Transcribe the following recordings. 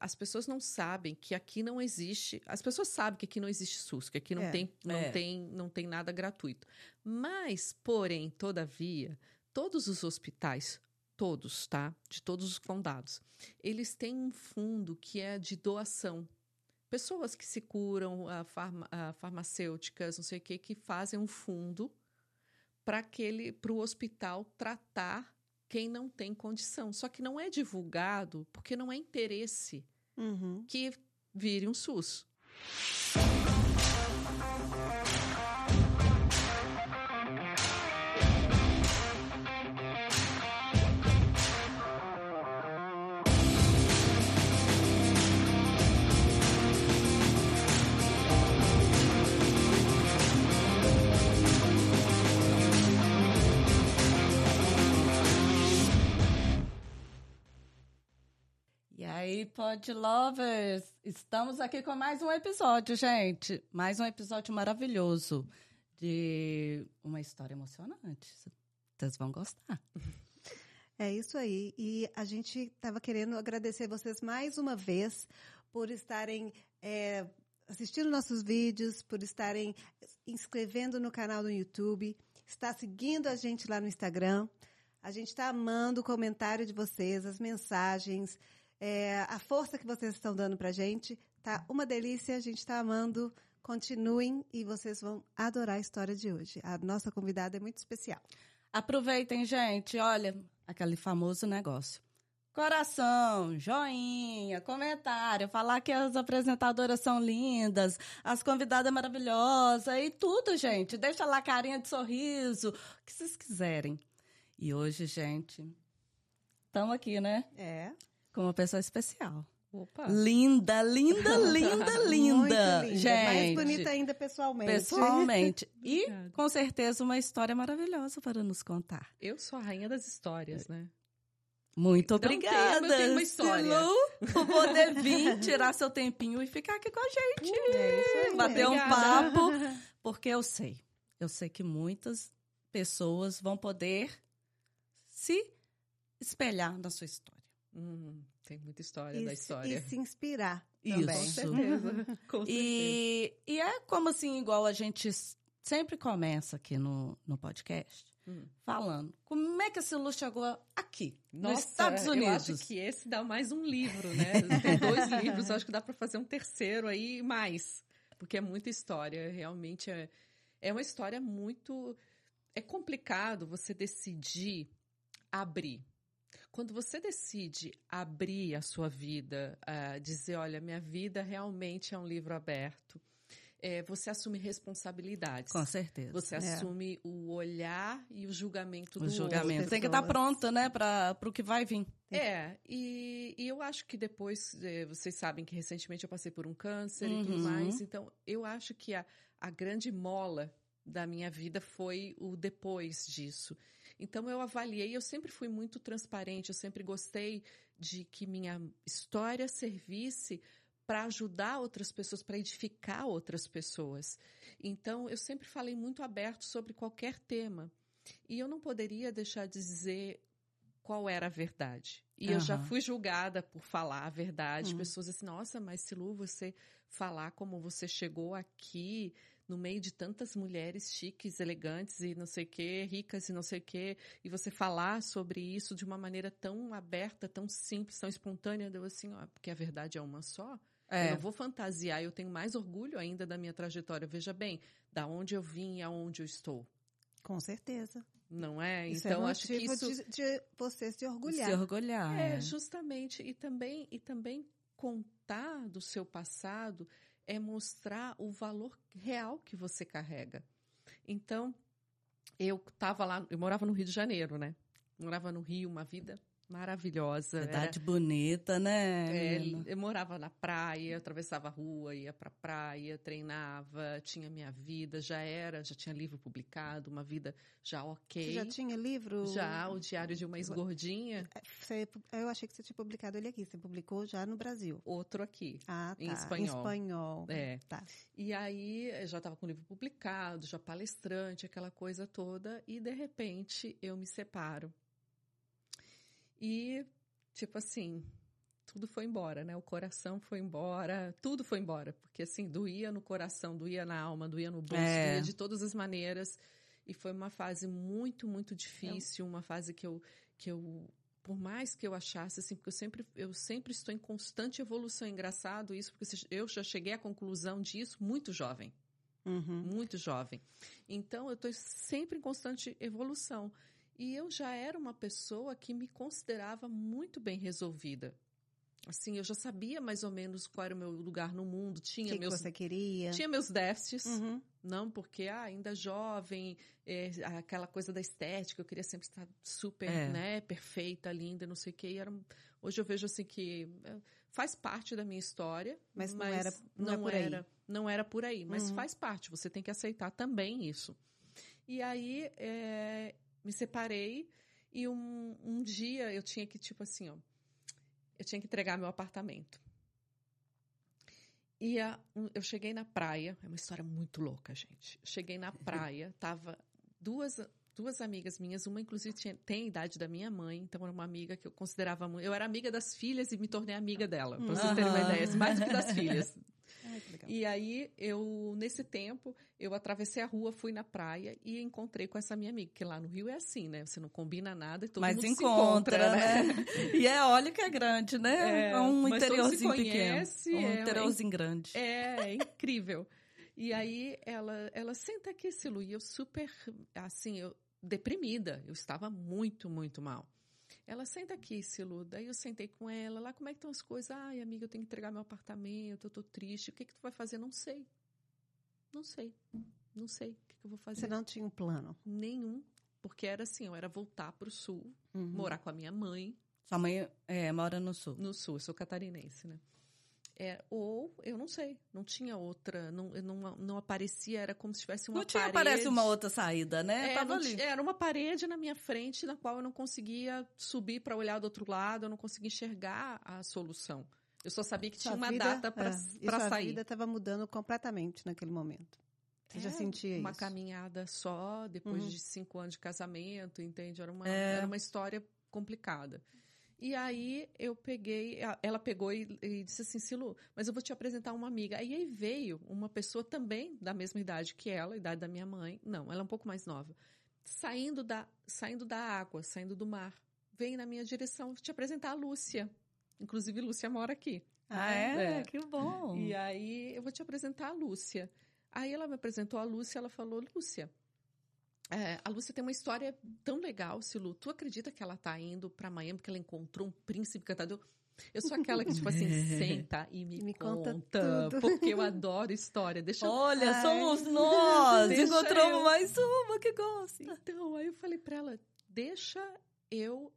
as pessoas não sabem que aqui não existe... As pessoas sabem que aqui não existe SUS, que aqui não tem nada gratuito. Mas, porém, todavia, todos os hospitais, todos, tá? De todos os condados, eles têm um fundo que é de doação. Pessoas que se curam, farmacêuticas, não sei o quê, que fazem um fundo para o hospital tratar quem não tem condição. Só que não é divulgado porque não é interesse que vire um SUS. E aí, Pod Lovers, estamos aqui com mais um episódio, gente. Mais um episódio maravilhoso de uma história emocionante. Vocês vão gostar. É isso aí. E a gente estava querendo agradecer vocês mais uma vez por estarem assistindo nossos vídeos, por estarem inscrevendo no canal do YouTube, estar seguindo a gente lá no Instagram. A gente está amando o comentário de vocês, as mensagens, a força que vocês estão dando para a gente. Tá uma delícia, a gente está amando. Continuem e vocês vão adorar a história de hoje. A nossa convidada é muito especial. Aproveitem, gente. Olha, aquele famoso negócio. Coração, joinha, comentário, falar que as apresentadoras são lindas, as convidadas maravilhosas e tudo, gente. Deixa lá carinha de sorriso, o que vocês quiserem. E hoje, gente, estamos aqui, né? Com uma pessoa especial. Opa. Linda, linda, linda, linda. Muito linda. Gente. Mais bonita ainda pessoalmente. Pessoalmente. E, com certeza, uma história maravilhosa para nos contar. Eu sou a rainha das histórias, né? Muito obrigada, eu tenho uma história. Silu, por poder vir, tirar seu tempinho e ficar aqui com a gente. Isso aí. Bater um Obrigada. papo, porque eu sei que muitas pessoas vão poder se espelhar na sua história. Tem muita história da história. E se inspirar Isso. também. Com certeza. Com certeza. E é como assim, igual a gente sempre começa aqui no podcast, falando, como é que a Silu chegou aqui, nos Estados Unidos? Eu acho que esse dá mais um livro, né? Tem 2 livros, eu acho que dá para fazer um terceiro aí mais, porque é muita história, realmente é uma história muito... É complicado você decidir abrir. Quando você decide abrir a sua vida, dizer, olha, minha vida realmente é um livro aberto, você assume responsabilidades. Com certeza. Você assume o olhar e o julgamento do julgamento. outro. Tem que estar pronta, né, para o que vai vir. E eu acho que depois, vocês sabem que recentemente eu passei por um câncer e tudo mais, então eu acho que a grande mola da minha vida foi o depois disso. Então, eu avaliei, eu sempre fui muito transparente, eu sempre gostei de que minha história servisse para ajudar outras pessoas, para edificar outras pessoas. Então, eu sempre falei muito aberto sobre qualquer tema. E eu não poderia deixar de dizer qual era a verdade. E eu já fui julgada por falar a verdade. Pessoas assim, nossa, mas Silu, você falar como você chegou aqui no meio de tantas mulheres chiques, elegantes e não sei o quê, ricas e não sei o quê, e você falar sobre isso de uma maneira tão aberta, tão simples, tão espontânea, deu assim, ó, porque a verdade é uma só. Eu não vou fantasiar, eu tenho mais orgulho ainda da minha trajetória. Veja bem, da onde eu vim e aonde eu estou. Com certeza. Não é? Isso então, é acho que isso... de você se orgulhar. Se orgulhar. Justamente. E também contar do seu passado é mostrar o valor real que você carrega. Então, eu estava lá, eu morava no Rio de Janeiro, né? Morava no Rio, uma vida maravilhosa. Cidade bonita, né? Eu morava na praia, atravessava a rua, ia pra praia, treinava, tinha minha vida, já tinha livro publicado, uma vida já ok. Você já tinha livro? Já, o Diário de uma Ex-Gordinha. Eu achei que você tinha publicado ele aqui, você publicou já no Brasil. Outro aqui, tá. em espanhol. Em espanhol. Tá. E aí, eu já estava com o livro publicado, já palestrante, aquela coisa toda, e de repente eu me separo. E, tipo assim, tudo foi embora, né? O coração foi embora, tudo foi embora. Porque, assim, doía no coração, doía na alma, doía no bolso, doía de todas as maneiras. E foi uma fase muito, muito difícil, uma fase que eu por mais que eu achasse, assim, porque eu sempre estou em constante evolução. Engraçado isso, porque eu já cheguei à conclusão disso muito jovem. Muito jovem. Então, eu estou sempre em constante evolução. E eu já era uma pessoa que me considerava muito bem resolvida. Assim, eu já sabia mais ou menos qual era o meu lugar no mundo. Tinha que você queria. Tinha meus déficits, não porque ainda jovem, aquela coisa da estética, eu queria sempre estar super, né, perfeita, linda, não sei o quê. Hoje eu vejo assim que faz parte da minha história, mas não era por aí, mas faz parte. Você tem que aceitar também isso. E aí me separei e um dia eu tinha que, tipo assim, ó, eu tinha que entregar meu apartamento. E eu cheguei na praia, é uma história muito louca, gente. Cheguei na praia, tava duas amigas minhas, uma inclusive tem a idade da minha mãe, então era uma amiga que eu considerava muito. Eu era amiga das filhas e me tornei amiga dela, pra vocês terem uma ideia, mais do que das filhas. Ai, que legal. E aí, nesse tempo, eu atravessei a rua, fui na praia e encontrei com essa minha amiga, que lá no Rio é assim, né? Você não combina nada e todo mundo se encontra, né? E olha que é grande, né? É um interiorzinho pequeno. Um interiorzinho grande. É incrível. E aí, ela senta aqui, Silu, e eu super, assim, deprimida. Eu estava muito, muito mal. Ela senta aqui, Silu. Daí eu sentei com ela. Lá, como é que estão as coisas? Ai, amiga, eu tenho que entregar meu apartamento. Eu tô triste. O que tu vai fazer? Não sei. Não sei. Não sei o que eu vou fazer. Você não tinha um plano? Nenhum. Porque era assim, eu era voltar pro sul, morar com a minha mãe. Sua mãe mora no sul? No sul, eu sou catarinense, né? Ou, eu não sei, não tinha outra, não aparecia, era como se tivesse uma parede. Não aparece uma outra saída, né? Tava ali. Era uma parede na minha frente, na qual eu não conseguia subir para olhar do outro lado, eu não conseguia enxergar a solução. Eu só sabia que tinha uma data para sair. A vida estava mudando completamente naquele momento. Você já sentia uma isso? caminhada só, depois de 5 anos de casamento, entende? Era uma história complicada. E aí ela pegou e disse assim, Silu, mas eu vou te apresentar uma amiga. Aí veio uma pessoa também da mesma idade que ela, a idade da minha mãe. Não, ela é um pouco mais nova. Saindo da água, saindo do mar. Veio na minha direção, vou te apresentar a Lúcia. Inclusive, Lúcia mora aqui. Que bom. E aí, eu vou te apresentar a Lúcia. Aí ela me apresentou a Lúcia, ela falou, Lúcia, a Lúcia tem uma história tão legal, Silu. Tu acredita que ela tá indo pra Miami porque ela encontrou um príncipe cantador? Eu sou aquela que, tipo assim, senta e me conta tudo. Porque eu adoro história. Olha, somos nós! Encontramos mais uma que gosta. Então, aí eu falei pra ela, deixa eu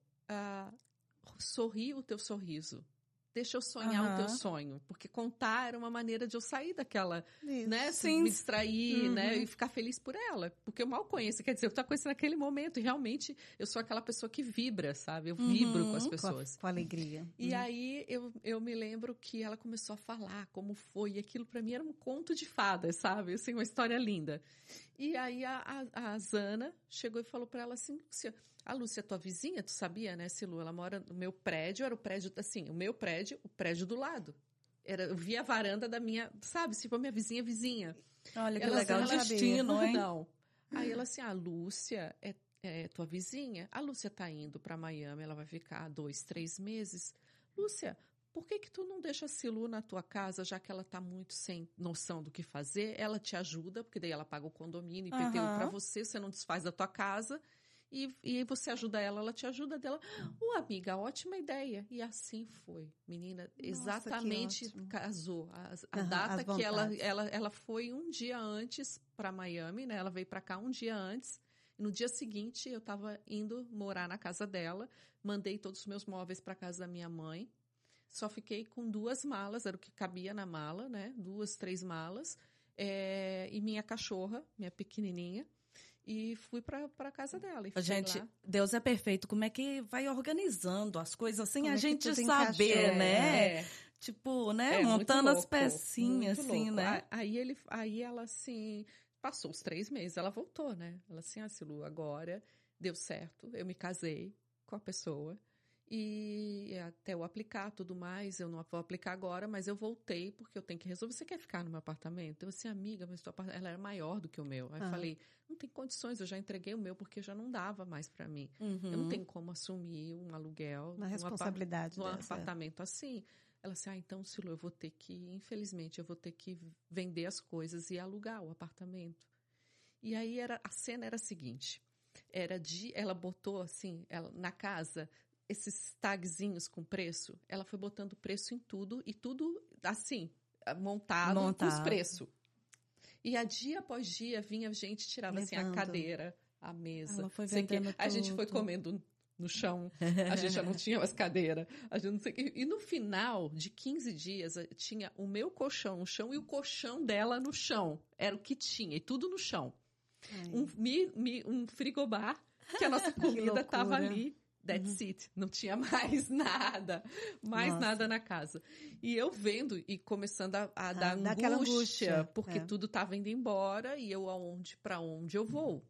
sorrir o teu sorriso. Deixa eu sonhar o teu sonho. Porque contar era uma maneira de eu sair daquela, né? Sim. Me distrair, né? E ficar feliz por ela. Porque eu mal conheço. Quer dizer, eu tô conhecendo naquele momento. E realmente, eu sou aquela pessoa que vibra, sabe? Eu vibro com as pessoas. Com alegria. E aí, eu me lembro que ela começou a falar como foi. E aquilo pra mim era um conto de fadas, sabe? Assim, uma história linda. E aí, a Zana chegou e falou pra ela assim, Lúcia... A Lúcia é tua vizinha, tu sabia, né, Silu? Ela mora no meu prédio, era o prédio, assim, o meu prédio, o prédio do lado. Eu via a varanda da minha, sabe, tipo, a minha vizinha. Olha, que legal, destino, hein? Não. Aí ela assim, a Lúcia é tua vizinha? A Lúcia tá indo pra Miami, ela vai ficar 2, 3 meses. Lúcia, por que tu não deixa a Silu na tua casa, já que ela tá muito sem noção do que fazer? Ela te ajuda, porque daí ela paga o condomínio, IPTU pra você não desfaz da tua casa. E você ajuda ela, ela te ajuda dela. Amiga, ótima ideia. E assim foi, menina. Nossa, exatamente casou. A data que ela foi um dia antes para Miami, né? Ela veio para cá um dia antes. E no dia seguinte, eu estava indo morar na casa dela. Mandei todos os meus móveis para casa da minha mãe. Só fiquei com 2 malas, era o que cabia na mala, né? 2, 3 malas. E minha cachorra, minha pequenininha. E fui pra casa dela. E gente, lá. Deus é perfeito. Como é que vai organizando as coisas sem a gente saber, né? Tipo, né? Montando as pecinhas, assim, né? Aí ela, assim, passou os 3 meses, ela voltou, né? Ela assim, Silu, agora deu certo. Eu me casei com a pessoa. E até eu aplicar tudo mais, eu não vou aplicar agora, mas eu voltei porque eu tenho que resolver. Você quer ficar no meu apartamento? Eu assim, amiga, mas ela era maior do que o meu. Aí eu falei, não tem condições, eu já entreguei o meu porque já não dava mais para mim. Eu não tenho como assumir um aluguel, uma responsabilidade num apartamento assim. Ela assim, então, Silu, infelizmente, eu vou ter que vender as coisas e alugar o apartamento. E aí a cena era a seguinte, ela botou assim, na casa, esses tagzinhos com preço, ela foi botando preço em tudo, e tudo assim, montado. Com os preços. E dia após dia vinha gente, tirava assim a cadeira, a mesa. Ela foi vendendo a gente foi comendo no chão, a gente já não tinha mais cadeira, a gente não sei o que. E no final de 15 dias, tinha o meu colchão no chão e o colchão dela no chão. Era o que tinha, e tudo no chão. Um frigobar, que a nossa comida estava ali. That's it. Não tinha mais nada na casa. E eu vendo e começando a dar angústia, porque tudo estava indo embora e eu para onde eu vou.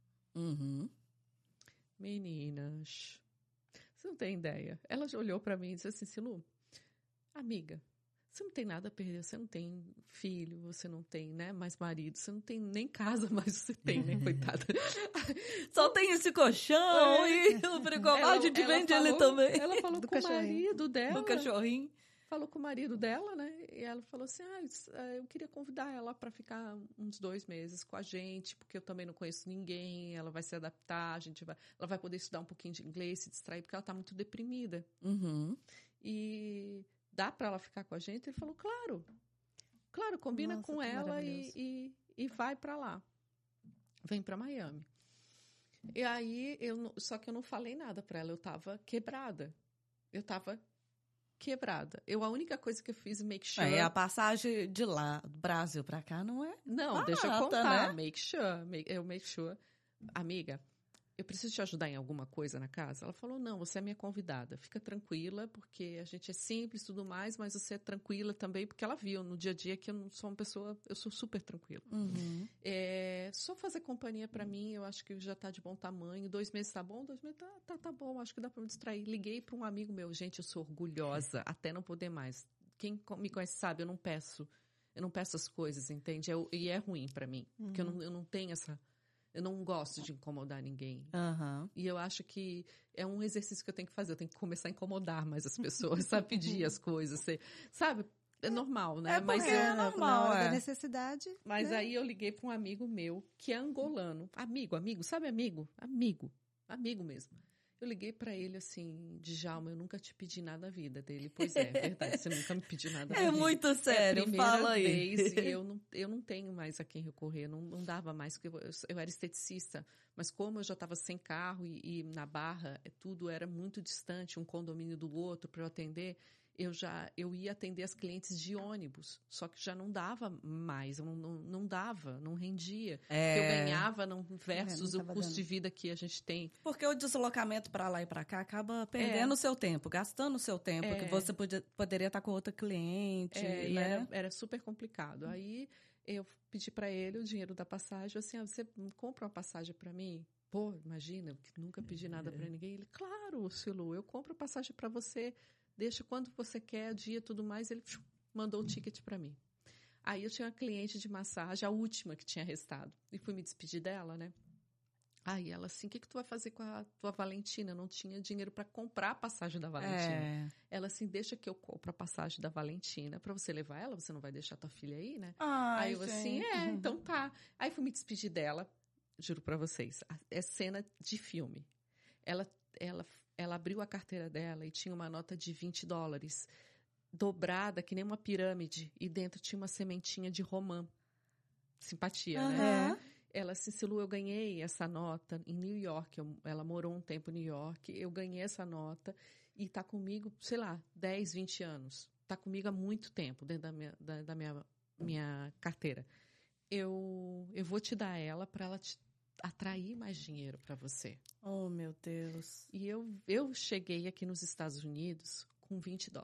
Meninas, você não tem ideia. Ela olhou para mim e disse assim, Silu, amiga, você não tem nada a perder, você não tem filho, você não tem, né, mais marido, você não tem nem casa, mas você tem, né, coitada. Só tem esse colchão e o frigobar, a gente vende ele também. Ela falou com o marido dela. Do cachorrinho. Falou com o marido dela, né, e ela falou assim, eu queria convidar ela para ficar uns 2 meses com a gente, porque eu também não conheço ninguém, ela vai se adaptar, ela vai poder estudar um pouquinho de inglês, se distrair, porque ela tá muito deprimida. E dá para ela ficar com a gente? Ele falou, claro, combina com ela e vai para lá. Vem para Miami. E aí, só que eu não falei nada para ela, eu tava quebrada. A única coisa que eu fiz, make sure... a passagem de lá, do Brasil para cá, não é? Não, deixa eu contar. Né? Make sure. Amiga, eu preciso te ajudar em alguma coisa na casa? Ela falou, não, você é minha convidada. Fica tranquila, porque a gente é simples e tudo mais, mas você é tranquila também, porque ela viu no dia a dia que eu não sou uma pessoa... Eu sou super tranquila. Só fazer companhia pra mim, eu acho que já tá de bom tamanho. 2 meses tá bom? 2 meses tá bom, acho que dá pra me distrair. Liguei pra um amigo meu. Gente, eu sou orgulhosa, até não poder mais. Quem me conhece sabe, eu não peço as coisas, entende? E é ruim pra mim, porque eu não tenho essa... Eu não gosto de incomodar ninguém. E eu acho que é um exercício que eu tenho que fazer. Eu tenho que começar a incomodar mais as pessoas, sabe? Pedir as coisas, sabe? É normal, né? Mas é normal, da necessidade. Mas aí eu liguei para um amigo meu, que é angolano. Amigo, sabe amigo? Amigo mesmo. Eu liguei para ele assim, Djalma, eu nunca te pedi nada na vida dele. Pois é verdade, você nunca me pediu nada na vida. É muito sério, fala aí. Vez, e eu não tenho mais a quem recorrer, não dava mais, porque eu era esteticista, mas como eu já estava sem carro e na Barra, tudo era muito distante, um condomínio do outro para eu atender, eu ia atender as clientes de ônibus, só que já não dava mais, não dava, não rendia. Eu ganhava versus o custo de vida que a gente tem. Porque o deslocamento para lá e para cá acaba perdendo o seu tempo, gastando o seu tempo, que você poderia estar com outra cliente, né? Era super complicado. Aí eu pedi para ele o dinheiro da passagem, assim, você compra uma passagem para mim? Pô, imagina, eu nunca pedi nada para ninguém. Ele, claro, Silu, eu compro a passagem para você, deixa quando você quer, dia e tudo mais. Ele mandou o ticket para mim. Aí eu tinha uma cliente de massagem, a última que tinha restado. E fui me despedir dela, né? Aí ela assim, o que tu vai fazer com a tua Valentina? Eu não tinha dinheiro para comprar a passagem da Valentina. Ela assim, deixa que eu compro a passagem da Valentina para você levar ela, você não vai deixar tua filha aí, né? Aí eu assim, então tá. Aí fui me despedir dela, juro para vocês, é cena de filme. Ela abriu a carteira dela e tinha uma nota de $20, dobrada, que nem uma pirâmide, e dentro tinha uma sementinha de romã. Simpatia, né? Ela assim, Silu, eu ganhei essa nota em New York, ela morou um tempo em New York, eu ganhei essa nota e tá comigo, sei lá, 10, 20 anos. Tá comigo há muito tempo dentro da minha carteira. Eu vou te dar ela para ela te atrair mais dinheiro para você. Oh, meu Deus. E eu cheguei aqui nos Estados Unidos com $20.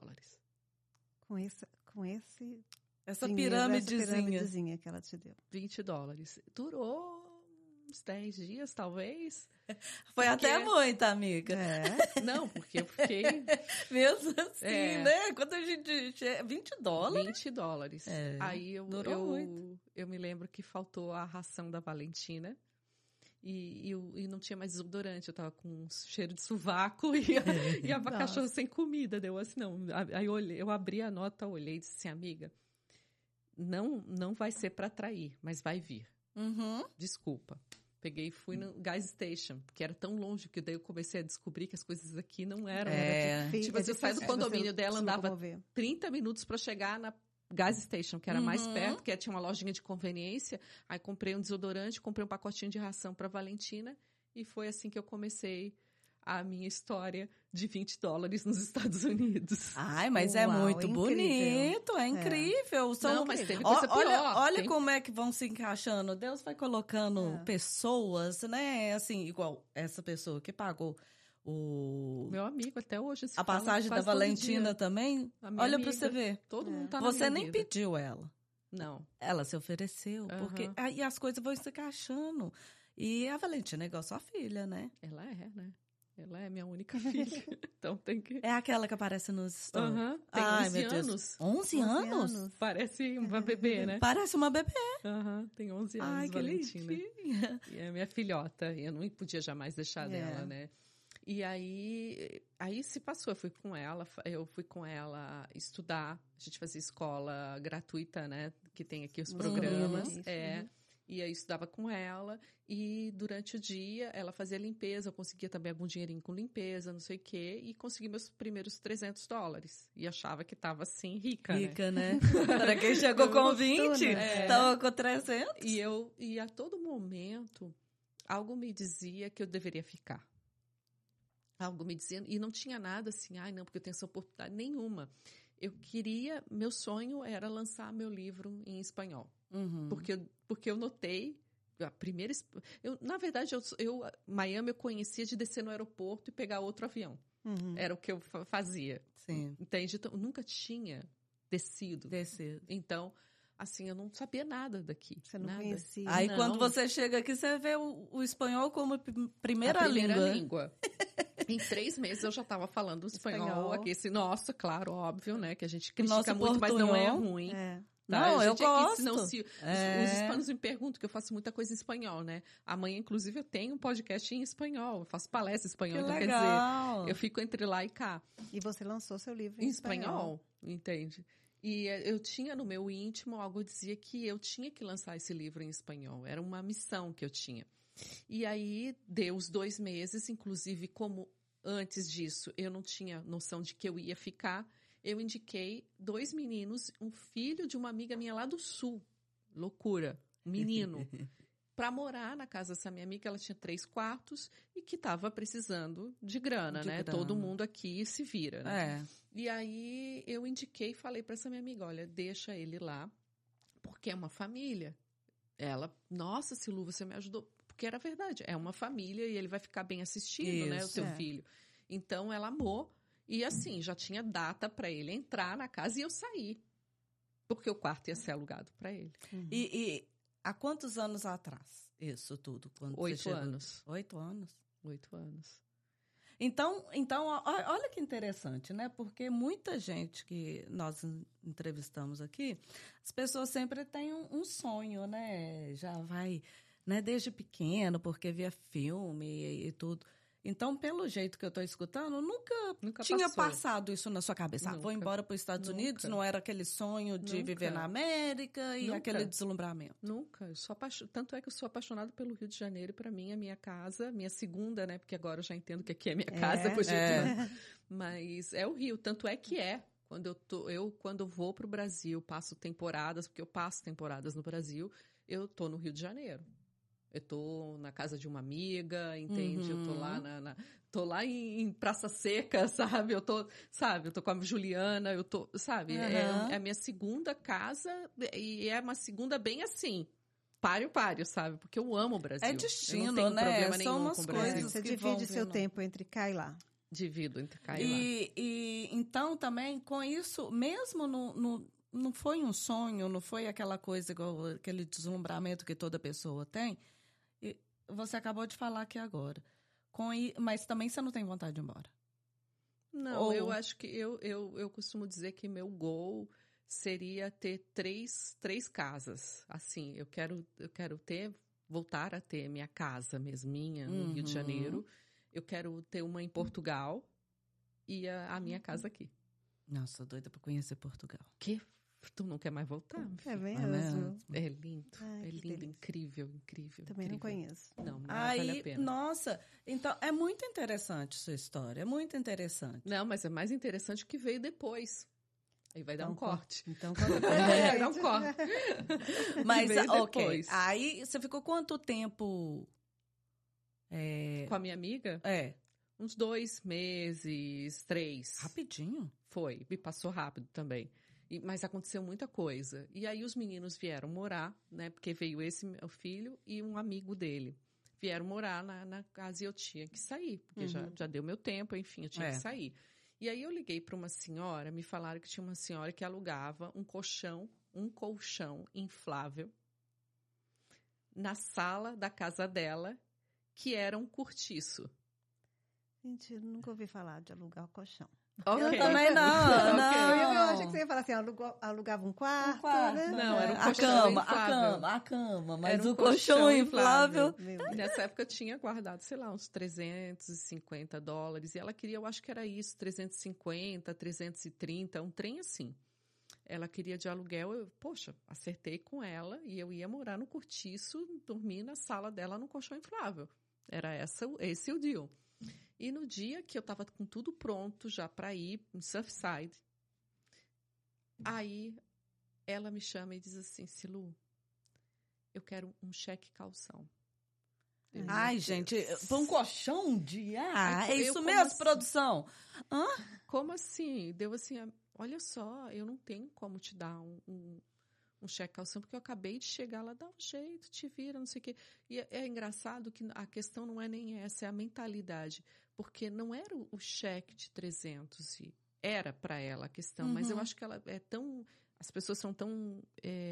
Essa pirâmidezinha que ela te deu. $20. Durou uns 10 dias, talvez. Foi até muito, amiga. Não, porque eu fiquei... Mesmo assim, né? Quando a gente... $20? $20. Aí eu me lembro que faltou a ração da Valentina. E não tinha mais desodorante, eu tava com cheiro de sovaco e a cachorra sem comida. Deu assim, não. Aí eu abri a nota, olhei e disse assim, amiga, não vai ser para atrair, mas vai vir. Desculpa. Peguei e fui no gas station, porque era tão longe que daí eu comecei a descobrir que as coisas aqui não eram. Tipo, eu saí do condomínio dela, andava 30 minutos para chegar na gas station, que era mais perto, que tinha uma lojinha de conveniência. Aí comprei um desodorante, comprei um pacotinho de ração para Valentina e foi assim que eu comecei a minha história de $20 nos Estados Unidos. Ai, mas é muito bonito, é incrível. Não, mas teve coisa pior. Olha como é que vão se encaixando. Deus vai colocando pessoas, né? Assim, igual essa pessoa que pagou meu amigo, até hoje. A passagem da Valentina também. Olha amiga, pra você ver. Todo mundo tá na Você nem vida. pediu ela. Não. Ela se ofereceu, porque aí as coisas vão se encaixando. E a Valentina é igual sua filha, né? Ela é, né? Ela é minha única filha. Então tem que... É aquela que aparece nos stories. Tem 11 anos. 11 anos? Parece uma bebê, né? Parece uma bebê. Tem 11 anos, ai, Valentina. Que lindinha. E é minha filhota. E eu não podia jamais deixar dela, né? E aí se passou. Eu fui com ela estudar. A gente fazia escola gratuita, né? Que tem aqui os programas. E aí estudava com ela, e durante o dia ela fazia limpeza, eu conseguia também algum dinheirinho com limpeza, não sei o quê, e consegui meus primeiros $300. E achava que estava assim, rica, né? Para quem chegou com 20, estava com 300. E a todo momento, algo me dizia que eu deveria ficar. Algo me dizia, e não tinha nada assim, não, porque eu tenho essa oportunidade nenhuma. Meu sonho era lançar meu livro em espanhol. Porque eu notei, na verdade, Miami eu conhecia de descer no aeroporto e pegar outro avião. Era o que eu fazia. Sim. Entende? Então, eu nunca tinha descido. Então, assim, eu não sabia nada daqui. Você não conhecia. Aí, quando você chega aqui, você vê o espanhol como primeira língua. Em 3 meses eu já estava falando espanhol aqui. Nossa, claro, óbvio, né? Que a gente critica muito, mas não é ruim. Tá? Não, eu gosto. Os hispanos me perguntam, que eu faço muita coisa em espanhol, né? Amanhã, inclusive, eu tenho um podcast em espanhol. Eu faço palestra em espanhol. Então, legal. Quer dizer, eu fico entre lá e cá. E você lançou seu livro em espanhol. Entende? E eu tinha no meu íntimo, algo dizia que eu tinha que lançar esse livro em espanhol. Era uma missão que eu tinha. E aí, deu os 2 meses, inclusive, como antes disso eu não tinha noção de que eu ia ficar, eu indiquei 2 meninos, um filho de uma amiga minha lá do sul, loucura, um menino, para morar na casa dessa minha amiga. Ela tinha 3 quartos e que estava precisando de grana, né? Todo mundo aqui se vira, né? E aí eu indiquei e falei para essa minha amiga, olha, deixa ele lá, porque é uma família. Ela, nossa, Silu, você me ajudou. Porque era verdade, é uma família e ele vai ficar bem assistido, né? O teu filho. Então ela amou. E assim, já tinha data para ele entrar na casa e eu sair. Porque o quarto ia ser alugado para ele. E há quantos anos atrás isso tudo? 8 anos. 8 anos? 8 anos. Então, olha que interessante, né? Porque muita gente que nós entrevistamos aqui, as pessoas sempre têm um sonho, né? Já vai, né, desde pequeno, porque via filme e tudo. Então, pelo jeito que eu estou escutando, nunca tinha passado isso na sua cabeça. Vou embora para os Estados Unidos, não era aquele sonho de viver na América e aquele deslumbramento. Nunca. Tanto é que eu sou apaixonada pelo Rio de Janeiro, e para mim é minha casa, minha segunda, né? Porque agora eu já entendo que aqui é minha casa. Mas é o Rio, tanto é que quando quando eu vou para o Brasil, passo temporadas, porque eu passo temporadas no Brasil, eu tô no Rio de Janeiro. Eu tô na casa de uma amiga, entende? Eu tô lá em Praça Seca, sabe? Eu tô com a Juliana, sabe? É a minha segunda casa e é uma segunda bem assim, páreo, sabe? Porque eu amo o Brasil. É destino, eu não tenho problema São nenhum umas com o Brasil. coisas Você divide seu tempo entre cá e lá. Divido entre cá e lá. E então também com isso, mesmo não foi um sonho, não foi aquela coisa igual aquele deslumbramento que toda pessoa tem. você acabou de falar aqui agora. Mas também você não tem vontade de ir embora. Não, eu acho que eu costumo dizer que meu goal seria ter três casas. Assim, eu quero voltar a ter minha casa mesmo, minha, no Rio de Janeiro. Eu quero ter uma em Portugal e a minha casa aqui. Nossa, doida pra conhecer Portugal. Que? Tu não quer mais voltar? É mesmo. É lindo, Ai, é lindo, delícia. incrível. Também incrível. não conheço. Não, vale a pena. Nossa, então é muito interessante sua história, é muito interessante. Não, mas é mais interessante o que veio depois. Aí vai dar um corte. Então, Vai dar um corte. Mas, veio ok. depois. Aí você ficou quanto tempo? Com a minha amiga? Uns 2 meses, 3. Rapidinho? Foi, me passou rápido também. Mas aconteceu muita coisa. E aí os meninos vieram morar, né? Porque veio esse meu filho e um amigo dele. Vieram morar na casa e eu tinha que sair. Porque já deu meu tempo, enfim, eu tinha que sair. E aí eu liguei para uma senhora, me falaram que tinha uma senhora que alugava um colchão inflável na sala da casa dela, que era um cortiço. Mentira, nunca ouvi falar de alugar o colchão. Okay. Eu também não. Eu achei que você ia falar assim, alugava um quarto. Né? Não, era um colchão inflável. A cama, mas era o colchão inflável. Nessa época eu tinha guardado, sei lá, uns $350. E ela queria, eu acho que era isso, 350, 330, um trem assim. Ela queria de aluguel, poxa, acertei com ela e eu ia morar no cortiço, dormir na sala dela no colchão inflável. Era esse o deal. E no dia que eu estava com tudo pronto já para ir em Surfside, aí ela me chama e diz assim, Silu, eu quero um cheque calção. Ai, gente, foi um colchão de ar? É isso mesmo, assim, produção? Hã? Como assim? Deu assim, olha só, eu não tenho como te dar um cheque calção, porque eu acabei de chegar lá, dá um jeito, te vira, não sei o quê. E é engraçado que a questão não é nem essa, é a mentalidade. Porque não era o cheque de 300, era para ela a questão, mas eu acho que ela é tão... As pessoas são tão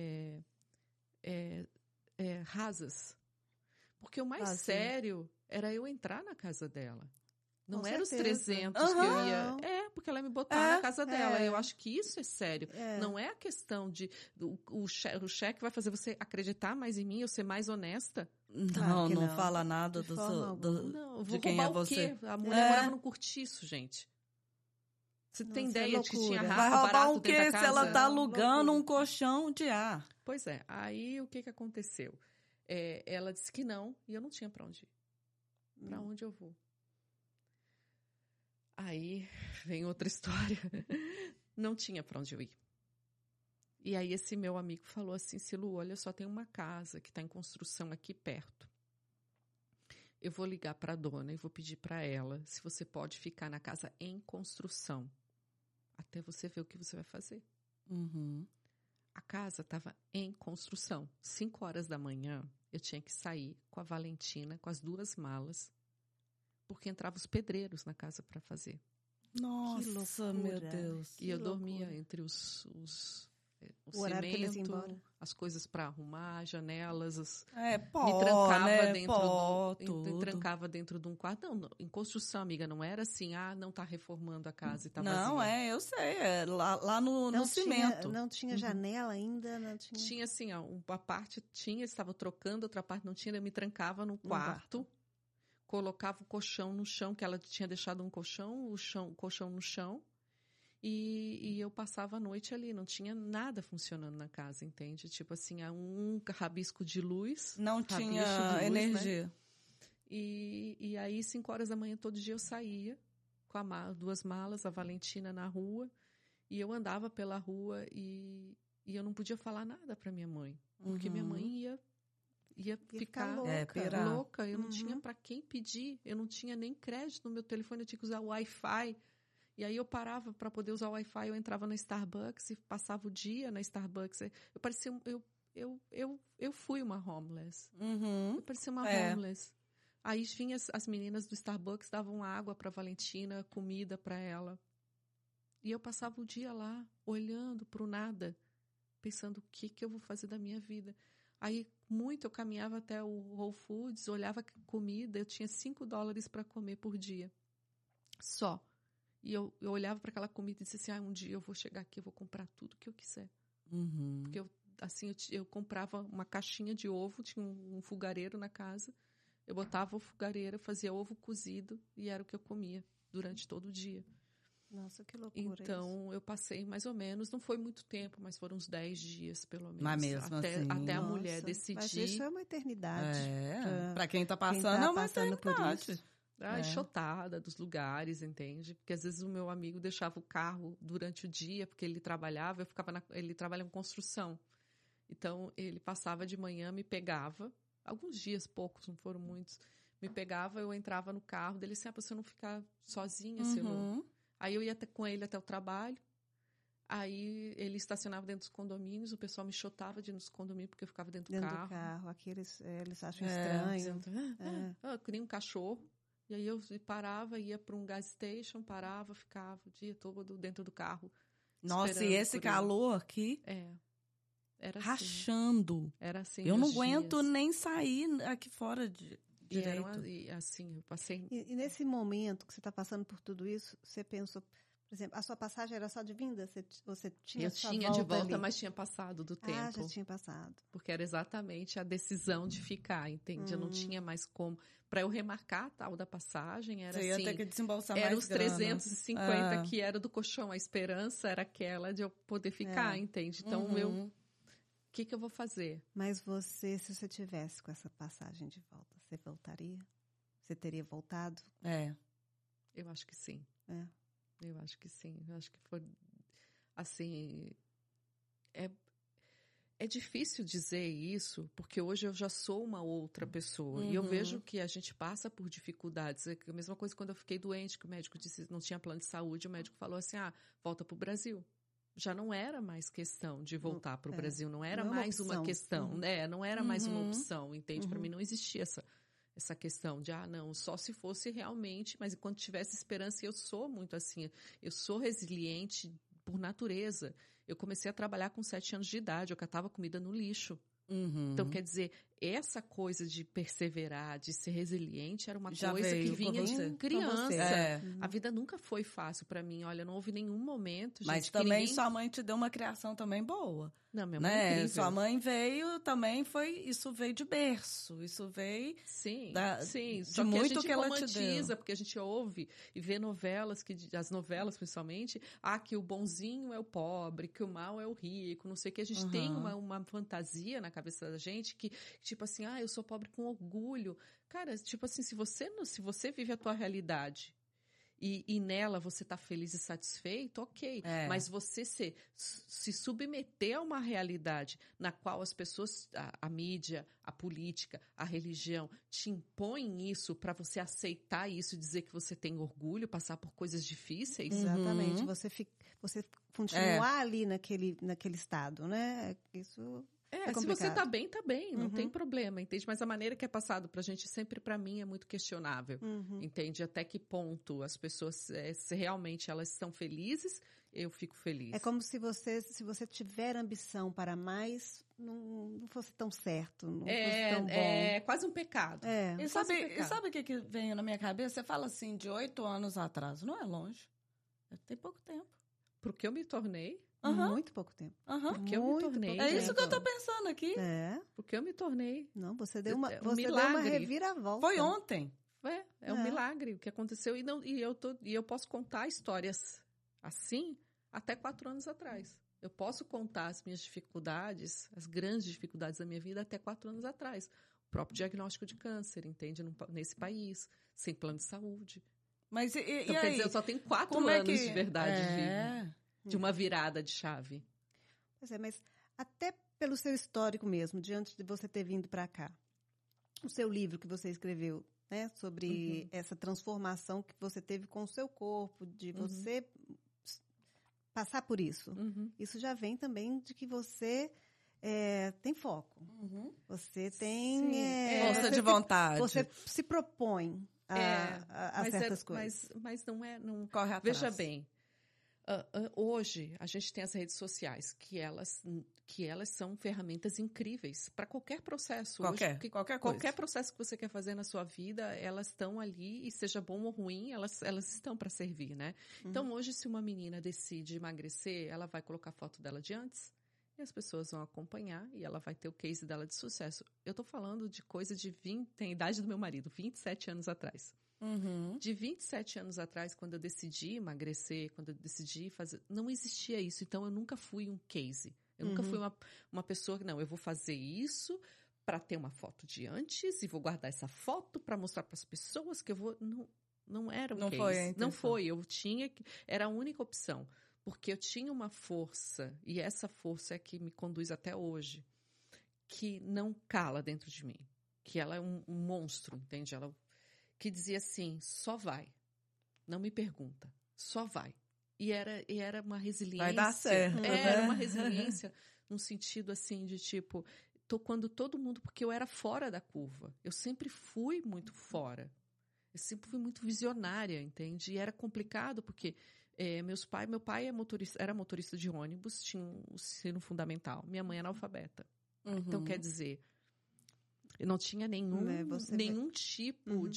rasas. Porque o mais sério era eu entrar na casa dela. Não era os 300 que eu ia... porque ela me botar na casa dela. Eu acho que isso é sério. Não é a questão de... O cheque vai fazer você acreditar mais em mim, eu ser mais honesta. Claro não fala nada de quem é você. Quê? A mulher morava no cortiço, gente. Você tem ideia de que tinha vai rato roubar barato o quê dentro da casa? Se ela tá alugando um colchão de ar? Pois é. Aí, o que aconteceu? Ela disse que não, e eu não tinha para onde ir. Para onde eu vou? Aí vem outra história. Não tinha para onde eu ir. E aí esse meu amigo falou assim, Silu, olha, só tem uma casa que está em construção aqui perto. Eu vou ligar para a dona e vou pedir para ela se você pode ficar na casa em construção. Até você ver o que você vai fazer. A casa estava em construção. 5 horas da manhã, eu tinha que sair com a Valentina, com as 2 malas, porque entravam os pedreiros na casa para fazer. Nossa, meu Deus. E eu dormia entre o cimento, as coisas para arrumar, janelas. Pó, me trancava dentro de um quarto. Não, em construção, amiga, não era assim, não tá reformando a casa e tá vazia. Não, eu sei, lá no cimento. Não tinha janela ainda? Não tinha... Tinha assim, uma parte tinha, estava trocando, outra parte não tinha, eu me trancava no quarto. Colocava o colchão no chão, que ela tinha deixado um colchão, o colchão no chão, e eu passava a noite ali, não tinha nada funcionando na casa, entende? Tipo assim, um rabisco de luz. Não tinha energia. Né? E aí, 5 horas da manhã, todo dia eu saía com 2 malas, a Valentina na rua, e eu andava pela rua e eu não podia falar nada para minha mãe, porque minha mãe ia ficar louca. Eu não tinha para quem pedir. Eu não tinha nem crédito no meu telefone. Eu tinha que usar o Wi-Fi. E aí eu parava para poder usar o Wi-Fi. Eu entrava na Starbucks e passava o dia na Starbucks. Eu parecia... Eu fui uma homeless. Eu parecia uma homeless. Aí vinham as meninas do Starbucks, davam água para Valentina, comida para ela. E eu passava o dia lá, olhando para o nada, pensando o que eu vou fazer da minha vida. Aí, eu caminhava até o Whole Foods, olhava comida, eu tinha $5 para comer por dia. Só. E eu olhava para aquela comida e disse assim, um dia eu vou chegar aqui, eu vou comprar tudo que eu quiser. Porque eu comprava uma caixinha de ovo, tinha um fogareiro na casa, eu botava o fogareiro, fazia ovo cozido e era o que eu comia durante todo o dia. Nossa, que loucura. Então, eu passei mais ou menos, não foi muito tempo, mas foram uns 10 dias, pelo menos. Mas mesmo assim. Até a mulher decidir. Mas isso é uma eternidade. Para quem tá passando, é uma eternidade. Chotada dos lugares, entende? Porque às vezes o meu amigo deixava o carro durante o dia, porque ele trabalhava, ele trabalha em construção. Então, ele passava de manhã, me pegava, alguns dias, poucos, não foram muitos, me pegava, eu entrava no carro dele, assim, pra você não ficar sozinha, assim, Aí eu ia com ele até o trabalho, aí ele estacionava dentro dos condomínios, o pessoal me chotava de ir nos condomínios porque eu ficava dentro do carro. Dentro do carro, aqui eles acham estranho. Que nem um cachorro. E aí eu parava, ia para um gas station, parava, ficava o dia todo dentro do carro. Nossa, e esse calor aqui? Era rachando. Assim. Era assim. Eu não aguento nem sair aqui fora direito. E assim, eu passei. E nesse momento que você está passando por tudo isso, você pensou, por exemplo, a sua passagem era só de vinda? Você tinha sua volta de volta, ali? mas tinha passado do tempo. Ah, já tinha passado. Porque era exatamente a decisão de ficar, entende? Eu não tinha mais como. Para eu remarcar a tal da passagem, era você assim. Ia ter que desembolsar era mais os grana. 350 que era do colchão. A esperança era aquela de eu poder ficar, entende? Então, o que eu vou fazer? Mas se você tivesse com essa passagem de volta, você voltaria? Você teria voltado? Eu acho que sim. Eu acho que sim. Eu acho que foi, assim, é difícil dizer isso, porque hoje eu já sou uma outra pessoa. E eu vejo que a gente passa por dificuldades. É a mesma coisa quando eu fiquei doente, que o médico disse que não tinha plano de saúde, o médico falou assim, volta pro Brasil. Já não era mais questão de voltar para o Brasil, não era mais uma questão, não era mais uma opção, entende? Para mim não existia essa questão de, não, só se fosse realmente, mas enquanto tivesse esperança, eu sou muito assim, eu sou resiliente por natureza. Eu comecei a trabalhar com 7 anos de idade, eu catava comida no lixo. Então, quer dizer, essa coisa de perseverar, de ser resiliente, era uma coisa que vinha de criança. A vida nunca foi fácil para mim. Olha, não houve nenhum momento, gente, mas também sua mãe te deu uma criação também boa. Não, minha mãe é incrível. Sua mãe veio, também isso veio de berço, isso veio sim, de muito que ela te deu. Porque a gente ouve e vê novelas, as novelas principalmente, que o bonzinho é o pobre, que o mal é o rico, não sei o que. A gente tem uma fantasia na cabeça da gente que, tipo assim, eu sou pobre com orgulho. Cara, tipo assim, se você vive a tua realidade e nela você tá feliz e satisfeito, ok. Mas você se submeter a uma realidade na qual as pessoas, a mídia, a política, a religião, te impõem isso para você aceitar isso e dizer que você tem orgulho, passar por coisas difíceis. Exatamente. Você continuar ali naquele estado, né? Isso... se você tá bem, não tem problema, entende? Mas a maneira que é passado pra gente, sempre pra mim, é muito questionável, entende? Até que ponto as pessoas, se realmente elas estão felizes, eu fico feliz. É como se você tiver ambição para mais, não fosse tão certo, não fosse tão bom. É quase um pecado. E sabe o que veio na minha cabeça? Você fala assim, de 8 anos atrás, não é longe, tem pouco tempo. Porque eu me tornei... Muito pouco tempo. Porque eu me tornei. É isso que eu tô pensando aqui. Porque eu me tornei. Não, você deu uma reviravolta. Foi ontem. Um milagre o que aconteceu. E eu posso contar histórias assim até 4 anos atrás. Eu posso contar as minhas dificuldades, as grandes dificuldades da minha vida até 4 anos atrás. O próprio diagnóstico de câncer, entende? Nesse país, sem plano de saúde. Mas então, quer dizer, eu só tenho 4 anos de verdade de vida. De uma virada de chave. Pois mas até pelo seu histórico mesmo, diante de você ter vindo para cá, o seu livro que você escreveu, né, sobre essa transformação que você teve com o seu corpo, de você passar por isso. Isso já vem também de que você tem foco. Você tem... força de vontade. Você se propõe a certas coisas. Mas não é... Não... Corre atrás. Veja bem, Hoje, a gente tem as redes sociais, que elas são ferramentas incríveis para qualquer processo. Qualquer processo que você quer fazer na sua vida, elas estão ali, e seja bom ou ruim, elas estão para servir, né? Então, hoje, se uma menina decide emagrecer, ela vai colocar foto dela de antes, e as pessoas vão acompanhar, e ela vai ter o case dela de sucesso. Eu tô falando de coisa tem a idade do meu marido, 27 anos atrás. De 27 anos atrás, quando eu decidi emagrecer, quando eu decidi fazer, não existia isso. Então, eu nunca fui um case. Eu nunca fui uma pessoa que, não, eu vou fazer isso para ter uma foto de antes e vou guardar essa foto para mostrar para as pessoas que eu vou... Não era um case. Não foi. Era a única opção. Porque eu tinha uma força, e essa força é que me conduz até hoje, que não cala dentro de mim. Que ela é um monstro, entende? Que dizia assim, só vai, não me pergunta, só vai. E era uma resiliência. Vai dar certo, Era uma resiliência num sentido assim de tipo, quando todo mundo, porque eu era fora da curva. Eu sempre fui muito fora. Eu sempre fui muito visionária, entende? E era complicado porque meu pai era motorista de ônibus, tinha um ensino fundamental. Minha mãe era analfabeta. Então, quer dizer, eu não tinha nenhum tipo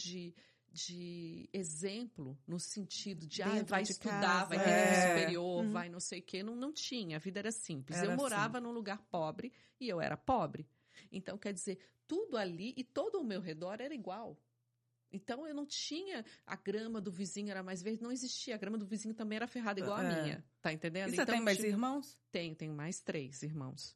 de exemplo no sentido de vai estudar, vai ter superior, vai não sei o quê. Não tinha, a vida era simples. Eu morava num lugar pobre e eu era pobre. Então, quer dizer, tudo ali e todo o meu redor era igual. Então, eu não tinha... A grama do vizinho era mais verde, não existia. A grama do vizinho também era ferrada igual a minha. Tá entendendo? E você tem mais irmãos? Tenho mais 3 irmãos.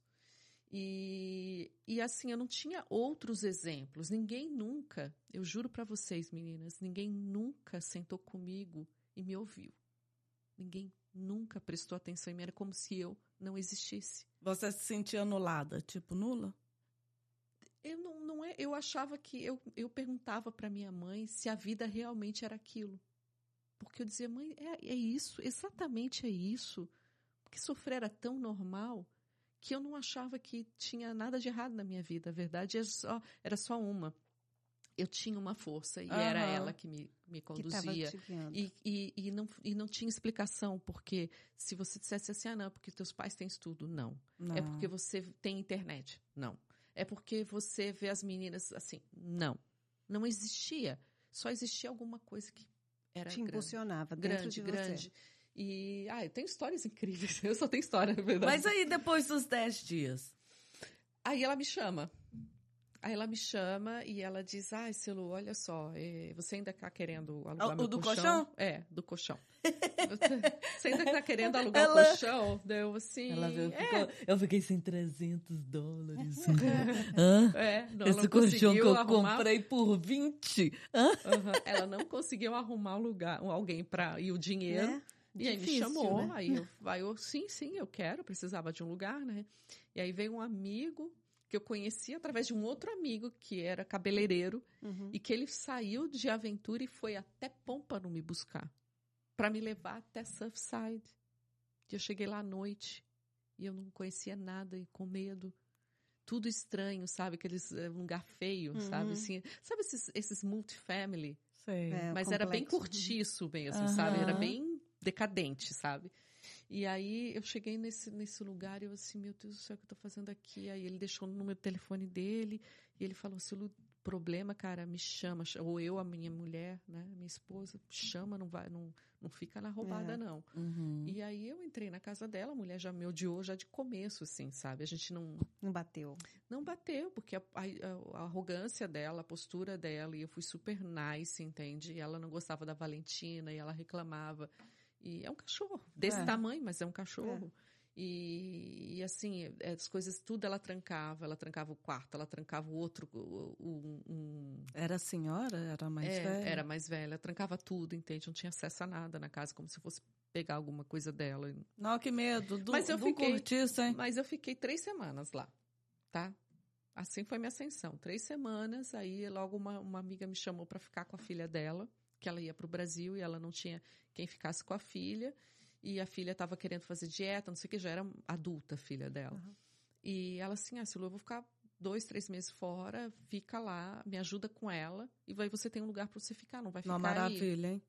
E assim, eu não tinha outros exemplos. Ninguém nunca, eu juro pra vocês, meninas, ninguém nunca sentou comigo e me ouviu. Ninguém nunca prestou atenção em mim. Era como se eu não existisse. Você se sentia anulada, tipo nula? Eu achava que... Eu perguntava pra minha mãe se a vida realmente era aquilo. Porque eu dizia, mãe, é isso, exatamente é isso. Porque sofrer era tão normal... que eu não achava que tinha nada de errado na minha vida. A verdade era só uma. Eu tinha uma força e era ela que me conduzia. E não tinha explicação, porque se você dissesse assim, não, porque teus pais têm estudo. Não. É porque você tem internet. Não. É porque você vê as meninas assim. Não. Não existia. Só existia alguma coisa que era te impulsionava dentro de grande. E, eu tenho histórias incríveis. Eu só tenho história, na verdade. Mas aí, depois dos 10 dias? Aí ela me chama. E ela diz, Cilu, olha só, você ainda tá querendo alugar meu colchão? Do colchão. Você ainda tá querendo alugar o colchão? Deu assim... Ela viu, eu fiquei sem $300. Esse colchão que eu comprei por 20. Ela não conseguiu arrumar alguém e o dinheiro. E aí me chamou, né? Aí eu, sim, eu quero, precisava de um lugar, né? E aí veio um amigo que eu conhecia através de um outro amigo que era cabeleireiro e que ele saiu de Aventura e foi até Pompano me buscar para me levar até Surfside. E eu cheguei lá à noite e eu não conhecia nada e com medo. Tudo estranho, sabe? Aqueles lugar feio, sabe? Assim, sabe esses multifamily? Sei. Mas era bem cortiço mesmo, sabe? Era bem decadente, sabe? E aí eu cheguei nesse lugar e eu assim, meu Deus do céu, o que eu tô fazendo aqui? Aí ele deixou o número de telefone dele e ele falou assim, problema, cara, me chama, ou eu, a minha mulher, né, minha esposa, chama, não fica na roubada, não. E aí eu entrei na casa dela, a mulher já me odiou já de começo, assim, sabe? A gente não bateu. Não bateu, porque a arrogância dela, a postura dela, e eu fui super nice, entende? E ela não gostava da Valentina, e ela reclamava. E é um cachorro, desse tamanho, mas é um cachorro. E assim, as coisas, tudo ela trancava o quarto, ela trancava o outro. Era a senhora? Era mais velha? Era mais velha, trancava tudo, entende? Não tinha acesso a nada na casa, como se fosse pegar alguma coisa dela. Não, que medo, cortiço, hein? Mas eu fiquei 3 semanas lá, tá? Assim foi minha ascensão, 3 semanas, aí logo uma amiga me chamou para ficar com a filha dela, que ela ia para o Brasil e ela não tinha quem ficasse com a filha. E a filha estava querendo fazer dieta, não sei o que, já era adulta a filha dela. E ela assim, Cilu, eu vou ficar 2, 3 meses fora, fica lá, me ajuda com ela, e aí você tem um lugar para você ficar, não vai ficar maravilha, aí. Hein?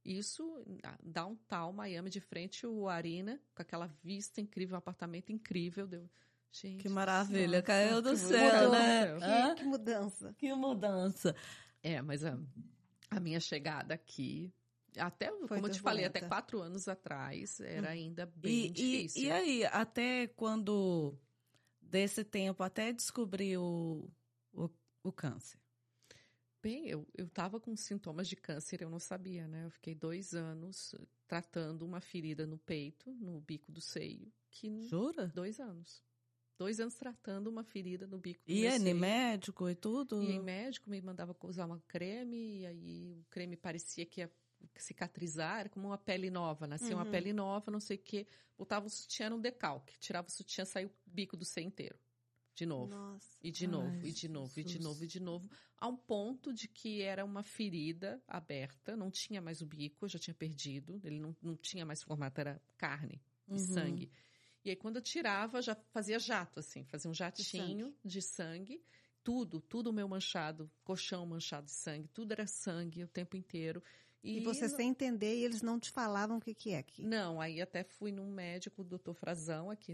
Isso, downtown, Miami, de frente o Arena, com aquela vista incrível, um apartamento incrível. Gente, que maravilha, nossa, caiu do que céu, mudança, né? Que mudança. Que mudança. Mas a minha chegada aqui, até, Foi como eu te falei, até turbulenta. 4 anos atrás, era ainda bem difícil. E aí, até quando, desse tempo, até descobrir o câncer? Bem, eu estava com sintomas de câncer, eu não sabia, né? Eu fiquei 2 anos tratando uma ferida no peito, no bico do seio. Jura? 2 anos. 2 anos tratando uma ferida no bico do E meu em seio. médico e tudo? E em médico, me mandava usar uma creme, e aí o creme parecia que ia cicatrizar, era como uma pele nova, nascia uma pele nova, não sei o quê. Botava o sutiã no decalque, tirava o sutiã, saía o bico do seio inteiro. De novo. Nossa. E de novo, Ai, e de novo, e de Jesus. novo, e de novo. A um ponto de que era uma ferida aberta, não tinha mais o bico, eu já tinha perdido, ele não tinha mais formato, era carne e sangue. E aí, quando eu tirava, já fazia jato, assim, fazia um jatinho de sangue. Tudo meu manchado, colchão manchado de sangue, tudo era sangue o tempo inteiro. E você sem entender, e eles não te falavam o que é aqui. Não, aí até fui num médico, o doutor Frazão, aqui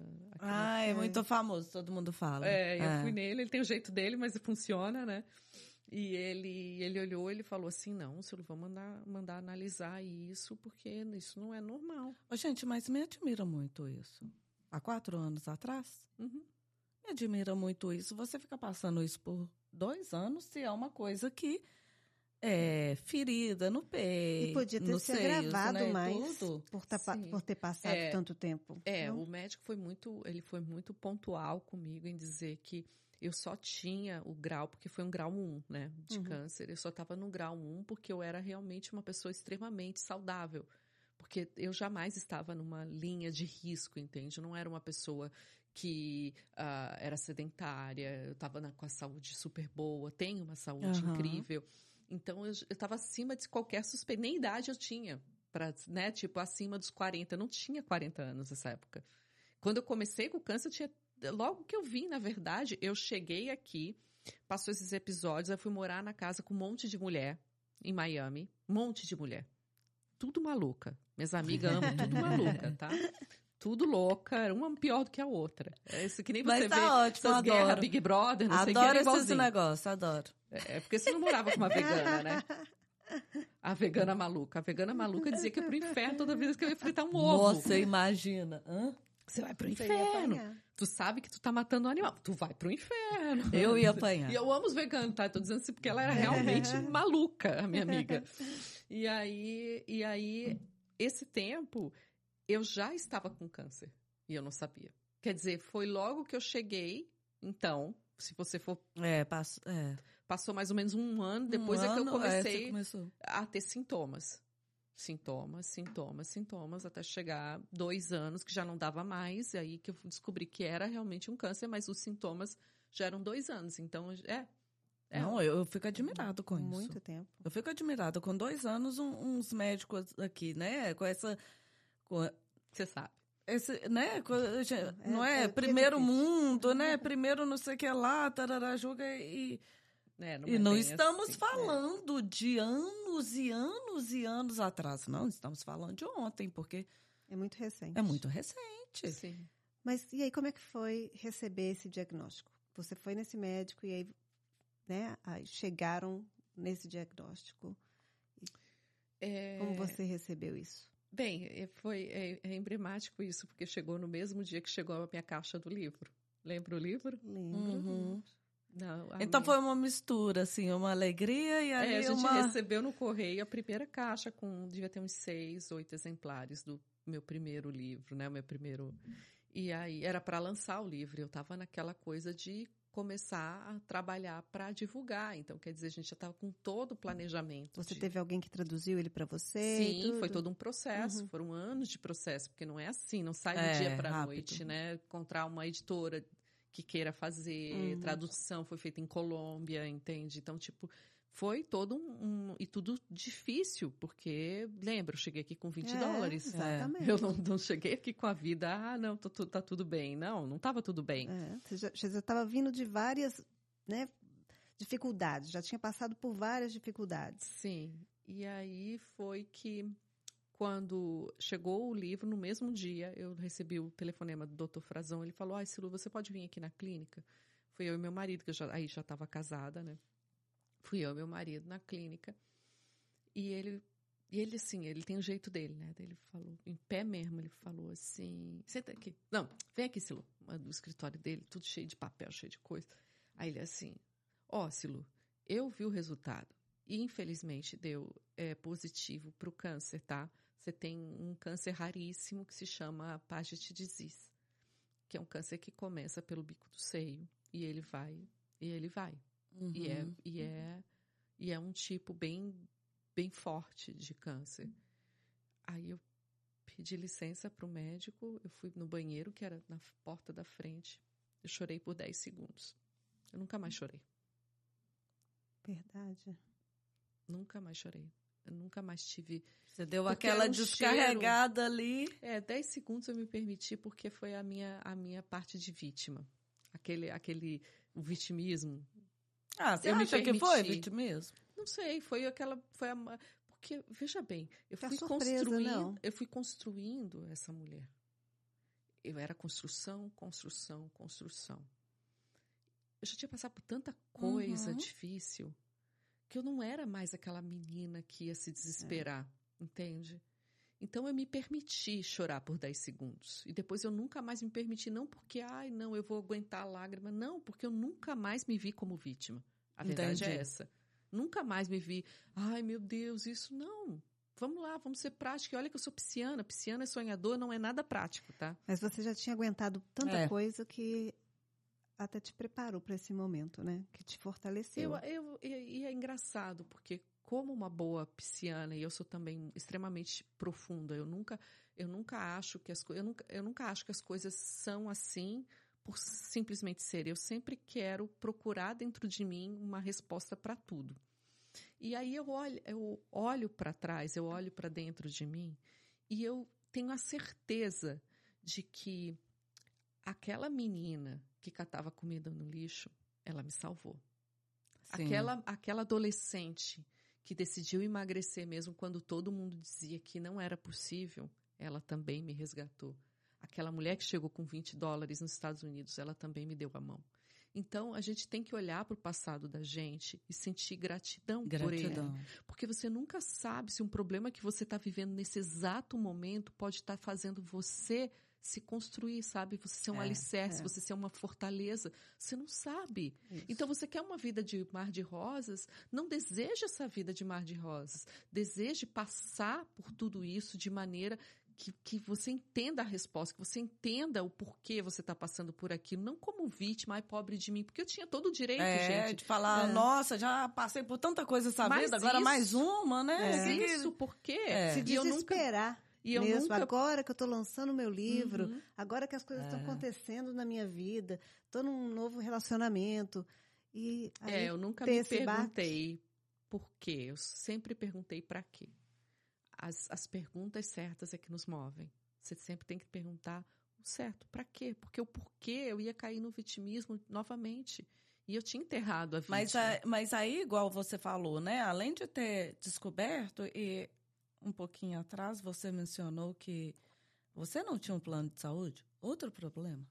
É muito famoso, todo mundo fala. Eu fui nele, ele tem o jeito dele, mas funciona, né? E ele olhou, ele falou assim, não, Silvio, vamos mandar analisar isso, porque isso não é normal. Ô, gente, mas me admira muito isso. Há 4 anos atrás? Uhum. Me admira muito isso. Você fica passando isso por 2 anos, se é uma coisa que é ferida no peito, E podia ter nos se seios, agravado né, mais tudo. por ter passado tanto tempo. Não? O médico foi muito pontual comigo em dizer que eu só tinha o grau, porque foi um grau 1, né, de câncer. Eu só estava no grau 1 porque eu era realmente uma pessoa extremamente saudável. Porque eu jamais estava numa linha de risco, entende? Eu não era uma pessoa que era sedentária, eu estava com a saúde super boa, tenho uma saúde incrível. Então, eu estava acima de qualquer suspeita. Nem idade eu tinha, né? Tipo, acima dos 40. Eu não tinha 40 anos nessa época. Quando eu comecei com o câncer, eu tinha... Logo que eu vim, na verdade, eu cheguei aqui, passou esses episódios, eu fui morar na casa com um monte de mulher, em Miami. Um monte de mulher. Tudo maluca. Minhas amigas amam, tudo maluca, tá? Tudo louca, uma pior do que a outra. É isso que nem você Mas tá vê ótimo, essas guerras, adoro. Big Brother, não sei o que, Adoro era esses igualzinho. negócios, adoro. É porque você não morava com uma vegana, né? A vegana maluca. A vegana maluca dizia que ia pro inferno toda vez que eu ia fritar um ovo. Nossa, imagina. Hã? Você vai pro Você ia inferno. apanhar. Tu sabe que tu tá matando um animal. Tu vai pro inferno. Eu ia apanhar. E eu amo os veganos, tá? Eu tô dizendo assim porque ela era realmente maluca, a minha amiga. E aí, esse tempo, eu já estava com câncer. E eu não sabia. Quer dizer, foi logo que eu cheguei, então, se você for... Passou mais ou menos um ano depois é que eu comecei a ter sintomas. Sintomas, até chegar 2 anos, que já não dava mais, e aí que eu descobri que era realmente um câncer, mas os sintomas já eram 2 anos, então, Não, eu fico admirado com isso. Muito tempo. Eu fico admirada. Com 2 anos, uns médicos aqui, né, com essa... Você sabe. Esse, né, não é? Primeiro mundo, né? Primeiro não sei o que lá, tarará, julga e... E não estamos falando de anos e anos e anos atrás. Não, estamos falando de ontem, porque... É muito recente. É muito recente. Sim. Mas e aí, como é que foi receber esse diagnóstico? Você foi nesse médico e aí, né, aí chegaram nesse diagnóstico. Como você recebeu isso? Bem, é emblemático isso, porque chegou no mesmo dia que chegou a minha caixa do livro. Lembra o livro? Lembro. Não, então foi uma mistura, assim, uma alegria e aí a gente recebeu no correio a primeira caixa devia ter uns 6, 8 exemplares do meu primeiro livro, né? O meu primeiro... E aí era para lançar o livro. Eu estava naquela coisa de começar a trabalhar para divulgar. Então, quer dizer, a gente já estava com todo o planejamento. Você teve alguém que traduziu ele para você? Sim, foi todo um processo. Foram anos de processo, porque não é assim, não sai do dia para a noite, né? Encontrar uma editora que queira fazer, tradução foi feita em Colômbia, entende? Então, tipo, foi todo e tudo difícil, porque, lembra, eu cheguei aqui com $20. Exatamente. Eu não cheguei aqui com a vida, não, tá tudo bem. Não estava tudo bem. Você já estava vindo de várias, né, dificuldades, já tinha passado por várias dificuldades. Sim. E aí foi que, quando chegou o livro, no mesmo dia, eu recebi o telefonema do Dr. Frazão. Ele falou, Silu, você pode vir aqui na clínica? Fui eu e meu marido, que aí já estava casada, né? Fui eu e meu marido na clínica. E ele assim, ele tem o jeito dele, né? Daí ele falou, em pé mesmo, ele falou assim, senta aqui. Não, vem aqui, Silu. Do escritório dele, tudo cheio de papel, cheio de coisa. Aí ele assim, Silu, eu vi o resultado. E, infelizmente, deu positivo para o câncer, tá? Você tem um câncer raríssimo que se chama Paget disease, que é um câncer que começa pelo bico do seio e ele vai. Uhum. E é um tipo bem forte de câncer. Aí eu pedi licença para o médico, eu fui no banheiro, que era na porta da frente. Eu chorei por 10 segundos. Eu nunca mais chorei. Verdade. Nunca mais chorei. Eu nunca mais tive... Você deu aquela descarregada ali. 10 segundos eu me permiti, porque foi a minha parte de vítima. O vitimismo. Você acha que foi vitimismo? Não sei, porque, veja bem, eu fui construindo essa mulher. Eu era construção. Eu já tinha passado por tanta coisa difícil, que eu não era mais aquela menina que ia se desesperar, entende? Então eu me permiti chorar por 10 segundos. E depois eu nunca mais me permiti, não porque, não, eu vou aguentar a lágrima. Não, porque eu nunca mais me vi como vítima. A verdade é essa. Nunca mais me vi, meu Deus, isso não. Vamos lá, vamos ser práticos. E olha que eu sou pisciana. Pisciana é sonhador, não é nada prático, tá? Mas você já tinha aguentado tanta coisa que até te preparou para esse momento, né? Que te fortaleceu. E é engraçado, porque como uma boa pisciana, e eu sou também extremamente profunda, eu nunca acho que as coisas são assim por simplesmente ser. Eu sempre quero procurar dentro de mim uma resposta para tudo. E aí eu olho para trás, eu olho para dentro de mim e eu tenho a certeza de que aquela menina que catava comida no lixo, ela me salvou. Aquela adolescente que decidiu emagrecer mesmo quando todo mundo dizia que não era possível, ela também me resgatou. Aquela mulher que chegou com $20 nos Estados Unidos, ela também me deu a mão. Então, a gente tem que olhar para o passado da gente e sentir gratidão por ele. Porque você nunca sabe se um problema que você está vivendo nesse exato momento pode estar fazendo você se construir, sabe? Você ser um alicerce, você ser uma fortaleza. Você não sabe. Isso. Então, você quer uma vida de mar de rosas? Não deseja essa vida de mar de rosas. Deseje passar por tudo isso de maneira que você entenda a resposta, que você entenda o porquê você está passando por aquilo, não como vítima, pobre de mim, porque eu tinha todo o direito, gente. De falar, nossa, já passei por tanta coisa essa vida, agora mais uma, né? Isso, por quê? Se desesperar. Mesmo, agora que eu estou lançando o meu livro, agora que as coisas estão acontecendo na minha vida, estou num novo relacionamento. E aí eu nunca me perguntei por quê, eu sempre perguntei para quê. As perguntas certas é que nos movem. Você sempre tem que perguntar o certo, para quê? Porque o porquê eu ia cair no vitimismo novamente. E eu tinha enterrado a vítima. Mas aí, igual você falou, né? Além de ter descoberto, e um pouquinho atrás você mencionou que você não tinha um plano de saúde. Outro problema.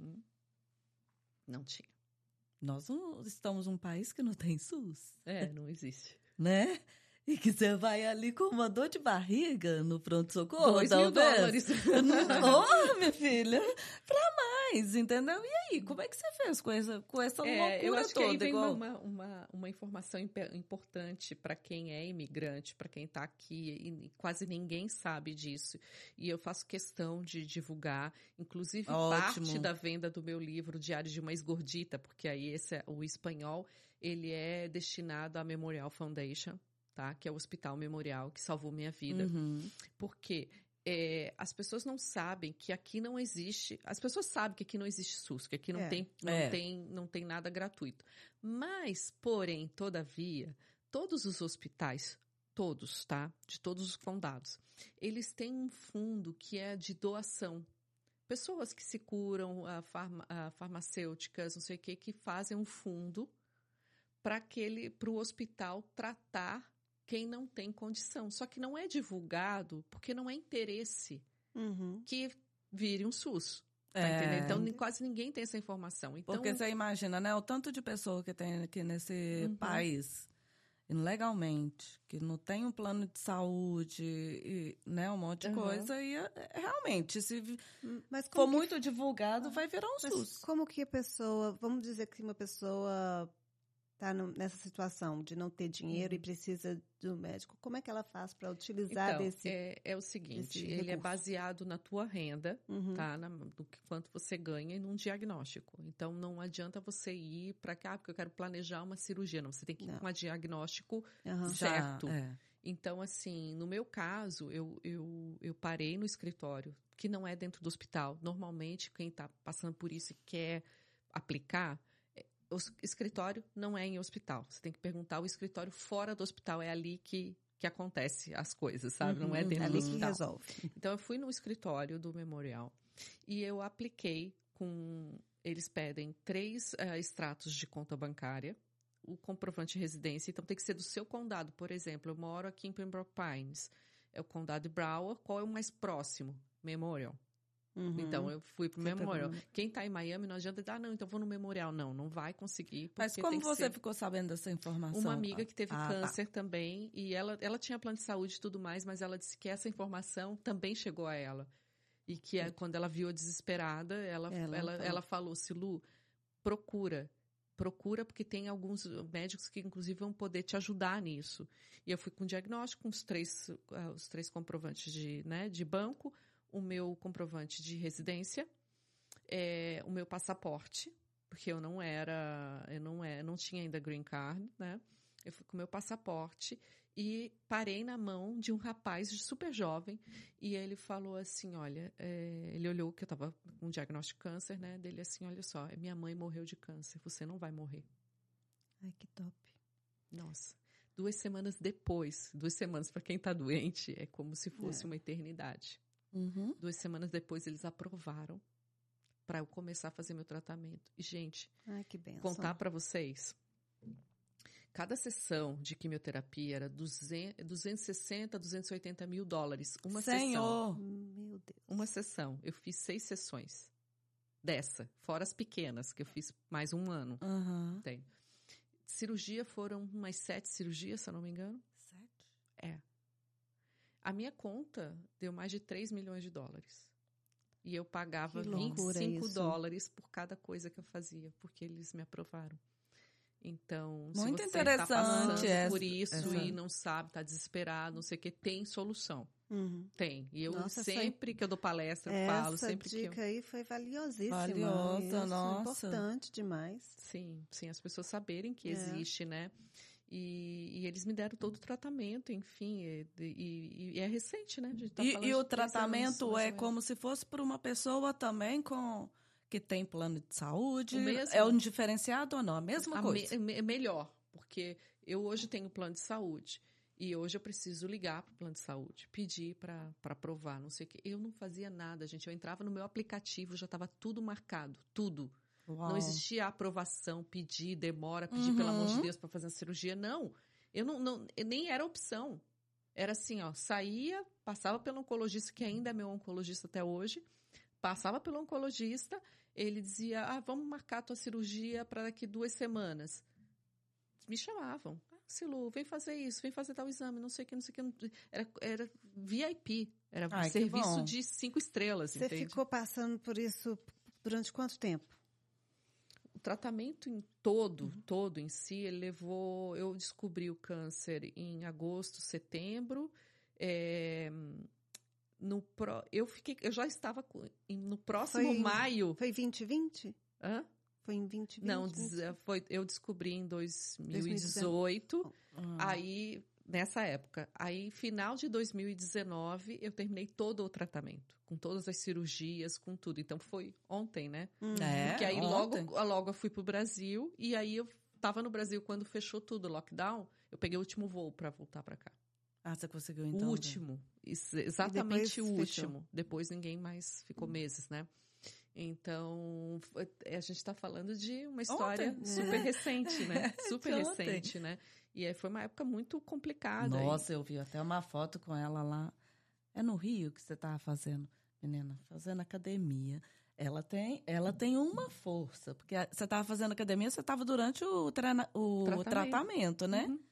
Não tinha. Nós não estamos num país que não tem SUS. Não existe. Né? E que você vai ali com uma dor de barriga no pronto-socorro. $2.000. Minha filha, pra mais, entendeu? E aí, como é que você fez com essa loucura toda? Eu acho que aí vem uma informação importante para quem é imigrante, para quem está aqui, e quase ninguém sabe disso. E eu faço questão de divulgar, inclusive parte da venda do meu livro, Diário de uma Esgordita, porque aí o espanhol, ele é destinado à Memorial Foundation, tá? Que é o Hospital Memorial que salvou minha vida. Porque as pessoas não sabem que aqui não existe... As pessoas sabem que aqui não existe SUS, que aqui não tem nada gratuito. Mas, porém, todavia, todos os hospitais, todos, tá? De todos os condados, eles têm um fundo que é de doação. Pessoas que se curam, farmacêuticas, não sei o quê, que fazem um fundo para o hospital tratar quem não tem condição. Só que não é divulgado porque não é interesse que vire um SUS. Tá entendendo? Então, quase ninguém tem essa informação. Então, porque você imagina, né? O tanto de pessoa que tem aqui nesse país, legalmente, que não tem um plano de saúde, e, né? Um monte de coisa. E realmente, se for muito divulgado, vai virar um SUS. Como que a pessoa... Vamos dizer que uma pessoa está nessa situação de não ter dinheiro e precisa do médico. Como é que ela faz para utilizar então, desse é o seguinte, ele é baseado na tua renda, tá? No quanto você ganha e num diagnóstico. Então, não adianta você ir para cá, porque eu quero planejar uma cirurgia. Não, você tem que ir com um diagnóstico certo. Então, assim, no meu caso, eu parei no escritório, que não é dentro do hospital. Normalmente, quem está passando por isso e quer aplicar... O escritório não é em hospital. Você tem que perguntar o escritório fora do hospital. É ali que acontece as coisas, sabe? Não é dentro do hospital. Que resolve. Então, eu fui no escritório do Memorial e eu apliquei com... Eles pedem 3 extratos de conta bancária, o comprovante de residência. Então, tem que ser do seu condado. Por exemplo, eu moro aqui em Pembroke Pines. É o condado de Broward. Qual é o mais próximo? Memorial. Então, eu fui pro Memorial. Quem tá em Miami não adianta dizer, não, então vou no Memorial. Não vai conseguir. Mas como você ficou sabendo dessa informação? Uma amiga que teve câncer também, e ela tinha plano de saúde e tudo mais, mas ela disse que essa informação também chegou a ela. E que quando ela viu a desesperada, ela falou, Silu, procura porque tem alguns médicos que inclusive vão poder te ajudar nisso. E eu fui com diagnóstico, com os três comprovantes de banco, o meu comprovante de residência, o meu passaporte, porque eu não tinha ainda green card, né? Eu fui com o meu passaporte e parei na mão de um rapaz super jovem e ele falou assim, olha, ele olhou que eu estava com um diagnóstico de câncer, né? Dele assim, olha só, minha mãe morreu de câncer, você não vai morrer. Ai, que top. Nossa. 2 semanas depois, 2 semanas para quem está doente, é como se fosse uma eternidade. 2 semanas depois, eles aprovaram para eu começar a fazer meu tratamento. E, gente, que benção. Contar para vocês, cada sessão de quimioterapia era 260, 280 mil dólares. Uma Senhor! Sessão. Meu Deus. Uma sessão. Eu fiz 6 sessões dessa, fora as pequenas, que eu fiz mais um ano. Tem. Cirurgia foram umas 7 cirurgias, se eu não me engano. 7? A minha conta deu mais de 3 milhões de dólares. E eu pagava 25 dólares por cada coisa que eu fazia, porque eles me aprovaram. Então, muito se você interessante está passando por isso e não sabe, está desesperado, não sei o que, tem solução. Tem. E eu sempre que eu dou palestra, eu falo. Sempre essa dica aí foi valiosíssima. Valiosa, nossa. Importante demais. Sim, as pessoas saberem que existe, né? E eles me deram todo o tratamento, enfim, e é recente, né? E o tratamento é como se fosse para uma pessoa também que tem plano de saúde? É um diferenciado ou não? A mesma coisa? É melhor, porque eu hoje tenho plano de saúde e hoje eu preciso ligar para o plano de saúde, pedir para aprovar, não sei o quê. Eu não fazia nada, gente. Eu entrava no meu aplicativo, já estava tudo marcado, tudo. Uau. Não existia aprovação, pedir, demora, pedir pelo amor de Deus para fazer a cirurgia. Não, nem era opção. Era assim, saía, passava pelo oncologista, que ainda é meu oncologista até hoje, passava pelo oncologista, ele dizia, vamos marcar a tua cirurgia para daqui 2 semanas. Me chamavam, Silu, vem fazer isso, vem fazer tal exame, não sei o que, não sei o que. Era VIP, era serviço de 5 estrelas, Você entende? ficou passando por isso durante quanto tempo? O tratamento em todo em si, ele levou... Eu descobri o câncer em agosto, setembro. Eu já estava no próximo maio... Foi 2020? Hã? Foi em 2020? Não, eu descobri em 2018. Aí, nessa época. Aí, final de 2019, eu terminei todo o tratamento. Com todas as cirurgias, com tudo. Então, foi ontem, né? Porque aí, logo eu fui pro Brasil. E aí, eu tava no Brasil quando fechou tudo, o lockdown. Eu peguei o último voo para voltar para cá. Você conseguiu, então? O último. Exatamente o último. Depois, ninguém mais ficou meses, né? Então, a gente está falando de uma história super recente, né? Super recente, né? E aí foi uma época muito complicada. Nossa, eu vi até uma foto com ela lá. É no Rio que você estava fazendo, menina, fazendo academia. Ela tem uma força, porque você estava fazendo academia, você estava durante o tratamento, né? Uhum.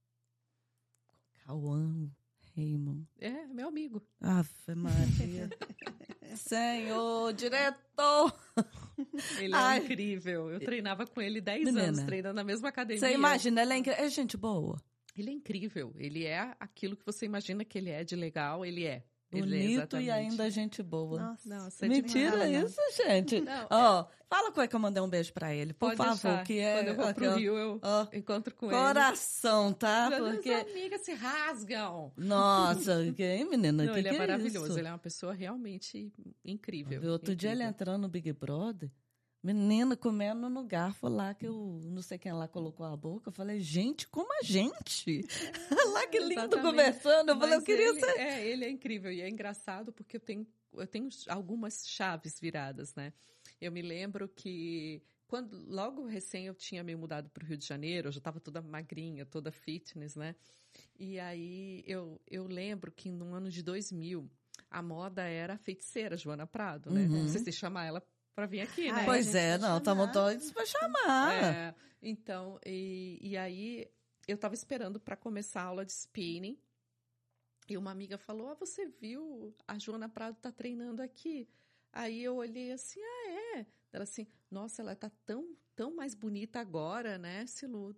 Cauã Raymond. É, meu amigo. Ave Maria. Senhor, diretor! Ele é incrível. Eu treinava com ele 10 anos, treinando na mesma academia. Você imagina, ele é gente boa. Ele é incrível. Ele é aquilo que você imagina que ele é de legal, ele é. Bonito e ainda gente boa. Nossa, mentira isso, gente. Fala com ele que eu mandei um beijo pra ele, por favor. Deixar. Que quando eu vou pro Rio, eu encontro com coração, tá? Porque as amigas se rasgam. Nossa, que menina. Não, ele é maravilhoso. Isso? Ele é uma pessoa realmente incrível. Outro dia ele entrando no Big Brother, menina comendo no garfo lá, que eu não sei quem lá colocou a boca. Eu falei, gente, como a gente? Lá que lindo conversando. Eu falei, eu queria ser... ele é incrível. E é engraçado porque eu tenho algumas chaves viradas, né? Eu me lembro que logo recém eu tinha me mudado para o Rio de Janeiro, eu já estava toda magrinha, toda fitness, né? E aí eu lembro que no ano de 2000, a moda era a feiticeira Joana Prado, né? Não sei se chamar ela para vir aqui, né? Pois não, estamos doidos para chamar. Então, e aí eu estava esperando para começar a aula de spinning e uma amiga falou, você viu? A Joana Prado tá treinando aqui. Aí eu olhei assim, é? Ela assim, nossa, ela tá tão mais bonita agora, né, Silu?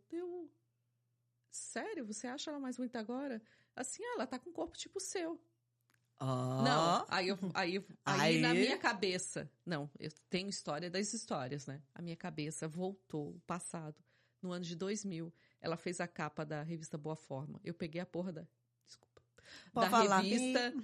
Sério? Você acha ela mais bonita agora? Assim, ela tá com um corpo tipo o seu. Não, aí na minha cabeça, não, eu tenho história das histórias, né? A minha cabeça voltou ao passado, no ano de 2000, ela fez a capa da revista Boa Forma. Eu peguei a porra da revista,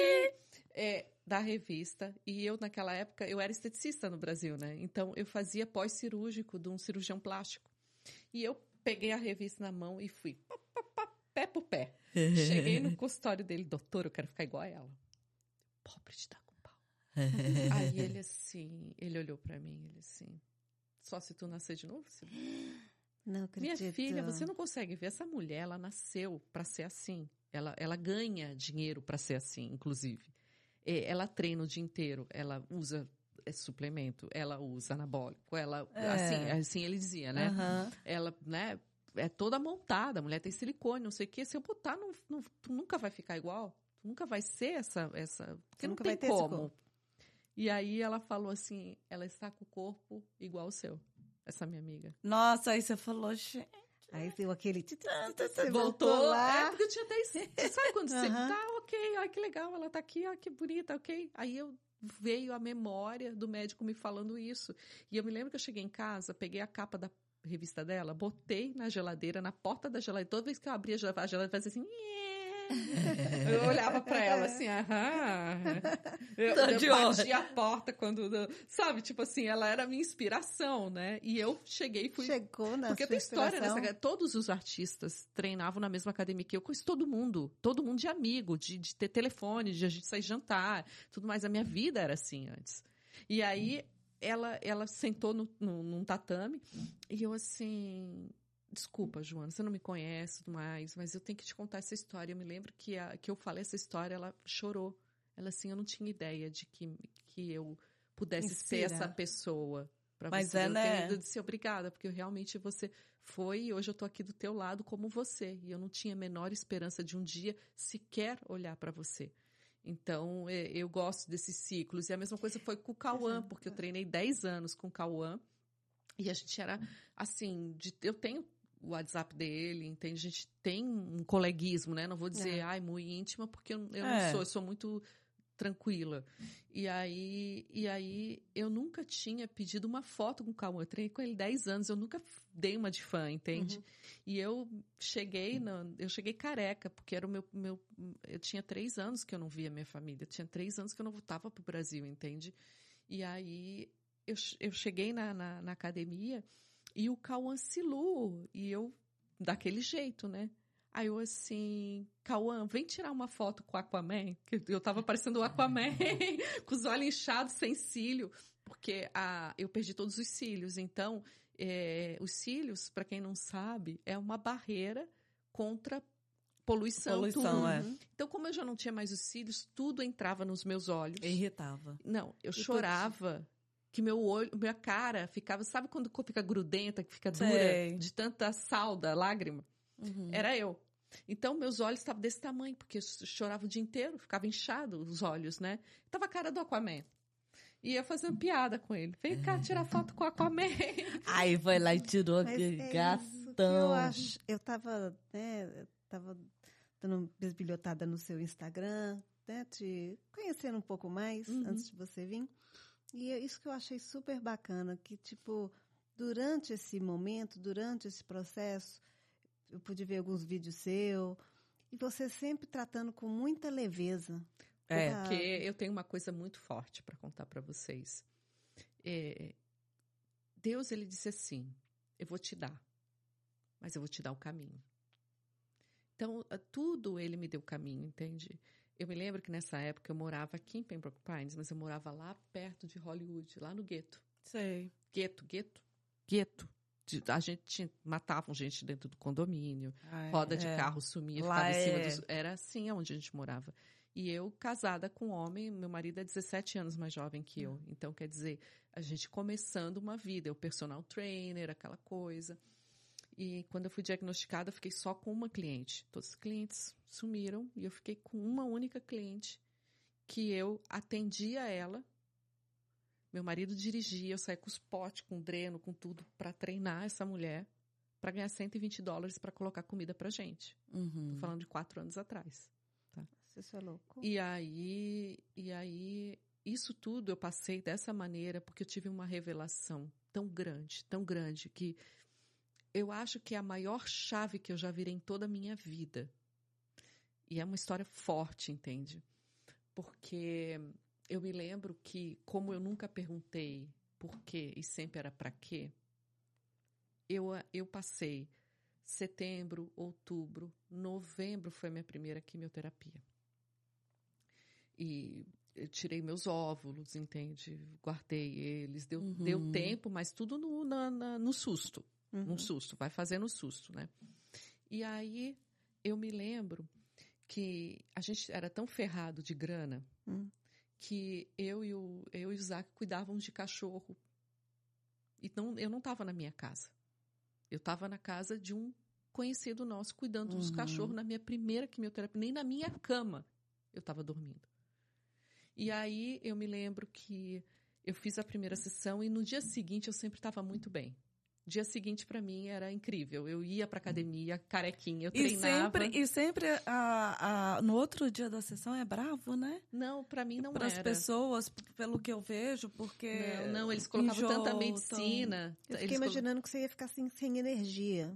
da revista, e eu naquela época, eu era esteticista no Brasil, né? Então eu fazia pós-cirúrgico de um cirurgião plástico. E eu peguei a revista na mão e fui pé por pé. Cheguei no consultório dele, doutor, eu quero ficar igual a ela. Pobre de dar com pau. Aí ele assim, ele olhou pra mim, ele assim, só se tu nascer de novo? Não acredito. Minha filha, você não consegue ver, essa mulher, ela nasceu pra ser assim. Ela ganha dinheiro pra ser assim, inclusive. Ela treina o dia inteiro, ela usa suplemento, ela usa anabólico, ela, assim ele dizia, né? Uhum. Ela, né, é toda montada, a mulher tem silicone, não sei o quê. Se eu botar, tu nunca vai ficar igual. Tu nunca vai ser essa porque não tem como. E aí ela falou assim, ela está com o corpo igual ao seu, essa minha amiga. Nossa, aí você falou, gente. Aí deu aquele... Você voltou lá. Porque eu tinha até... Sabe quando você... Tá, ok, ai que legal, ela tá aqui, que bonita, ok. Aí veio a memória do médico me falando isso. E eu me lembro que eu cheguei em casa, peguei a capa da revista dela, botei na geladeira, na porta da geladeira. Toda vez que eu abria a geladeira, fazia assim... Eu olhava pra ela assim, eu batia a porta quando... Sabe, tipo assim, ela era a minha inspiração, né? E eu cheguei e fui... Chegou na porque sua tem história inspiração. todos os artistas treinavam na mesma academia que eu. Conheço todo mundo de amigo, de ter telefone, de a gente sair jantar, tudo mais. A minha vida era assim antes. E aí, ela sentou num tatame e eu assim... Desculpa, Joana, você não me conhece mais, mas eu tenho que te contar essa história. Eu me lembro que eu falei essa história, ela chorou. Ela assim, eu não tinha ideia de que eu pudesse ser essa pessoa para você. Eu disse obrigada, porque realmente você foi e hoje eu tô aqui do teu lado como você. E eu não tinha a menor esperança de um dia sequer olhar para você. Então, eu gosto desses ciclos. E a mesma coisa foi com o Cauã, porque eu treinei 10 anos com o Cauã. E a gente era, assim, eu tenho o WhatsApp dele, entende? A gente tem um coleguismo, né? Não vou dizer, muito íntima, porque eu não sou, eu sou muito tranquila. E aí eu nunca tinha pedido uma foto com o Cauã. Eu treinei com ele 10 anos, eu nunca dei uma de fã, entende? Uhum. E eu cheguei careca, porque era o meu eu tinha 3 anos que eu não via minha família, eu tinha 3 anos que eu não voltava pro Brasil, entende? E aí eu cheguei na academia e o Cauã Silu, e eu, daquele jeito, né? Aí eu assim, Cauã, vem tirar uma foto com o Aquaman, que eu tava parecendo o Aquaman, com os olhos inchados, sem cílio, Porque eu perdi todos os cílios. Então, os cílios, para quem não sabe, é uma barreira contra poluição. Tudo. Então, como eu já não tinha mais os cílios, tudo entrava nos meus olhos. Irritava. Não, eu chorava. Que meu olho, minha cara ficava... Sabe quando fica grudenta, que fica dura? De tanta salda, lágrima? Era eu. Então, meus olhos estavam desse tamanho, porque eu chorava o dia inteiro, ficava inchado os olhos, né? Tava a cara do Aquaman. E eu fazendo piada com ele. Vem cá tirar foto com o Aquaman. Aí foi lá e tirou aquele gatão. Eu tava dando uma bisbilhotada no seu Instagram, né, te conhecendo um pouco mais antes de você vir. E é isso que eu achei super bacana, que, tipo, durante esse momento, durante esse processo, eu pude ver alguns vídeos seus, e você sempre tratando com muita leveza. Porque eu tenho uma coisa muito forte para contar para vocês. Deus, ele disse assim, eu vou te dar, mas eu vou te dar o caminho. Então, tudo ele me deu o caminho, entende? Eu me lembro que nessa época eu morava aqui em Pembroke Pines, mas eu morava lá perto de Hollywood, lá no gueto. Sei. Gueto. A gente matavam gente dentro do condomínio, roda de carro sumia, ficava em cima dos... Era assim onde a gente morava. E eu, casada com um homem, meu marido é 17 anos mais jovem que eu. Então, quer dizer, a gente começando uma vida, eu personal trainer, aquela coisa. E quando eu fui diagnosticada, eu fiquei só com uma cliente. Todos os clientes sumiram e eu fiquei com uma única cliente que eu atendia ela. Meu marido dirigia, eu saía com os potes, com dreno, com tudo, para treinar essa mulher, para ganhar $120 para colocar comida pra gente. Tô falando de 4 anos atrás. Tá? Isso é louco. E aí, isso tudo eu passei dessa maneira porque eu tive uma revelação tão grande, que eu acho que é a maior chave que eu já virei em toda a minha vida. E é uma história forte, entende? Porque eu me lembro que, como eu nunca perguntei por quê e sempre era para quê, eu passei setembro, outubro, novembro foi a minha primeira quimioterapia. E eu tirei meus óvulos, entende? Guardei eles, deu tempo, mas tudo no susto. Um susto, vai fazendo susto, né? E aí, eu me lembro que a gente era tão ferrado de grana que eu e o Isaac cuidávamos de cachorro. Então, eu não estava na minha casa. Eu estava na casa de um conhecido nosso, cuidando dos cachorros na minha primeira quimioterapia. Nem na minha cama eu estava dormindo. E aí, eu me lembro que eu fiz a primeira sessão e no dia seguinte eu sempre estava muito bem. Dia seguinte, para mim, era incrível. Eu ia pra academia, carequinha, eu treinava. E sempre no outro dia da sessão é bravo, né? Não, para mim não era. Para as pessoas, pelo que eu vejo, porque... Não, eles colocavam tanta medicina. Eu fiquei imaginando que você ia ficar sem energia.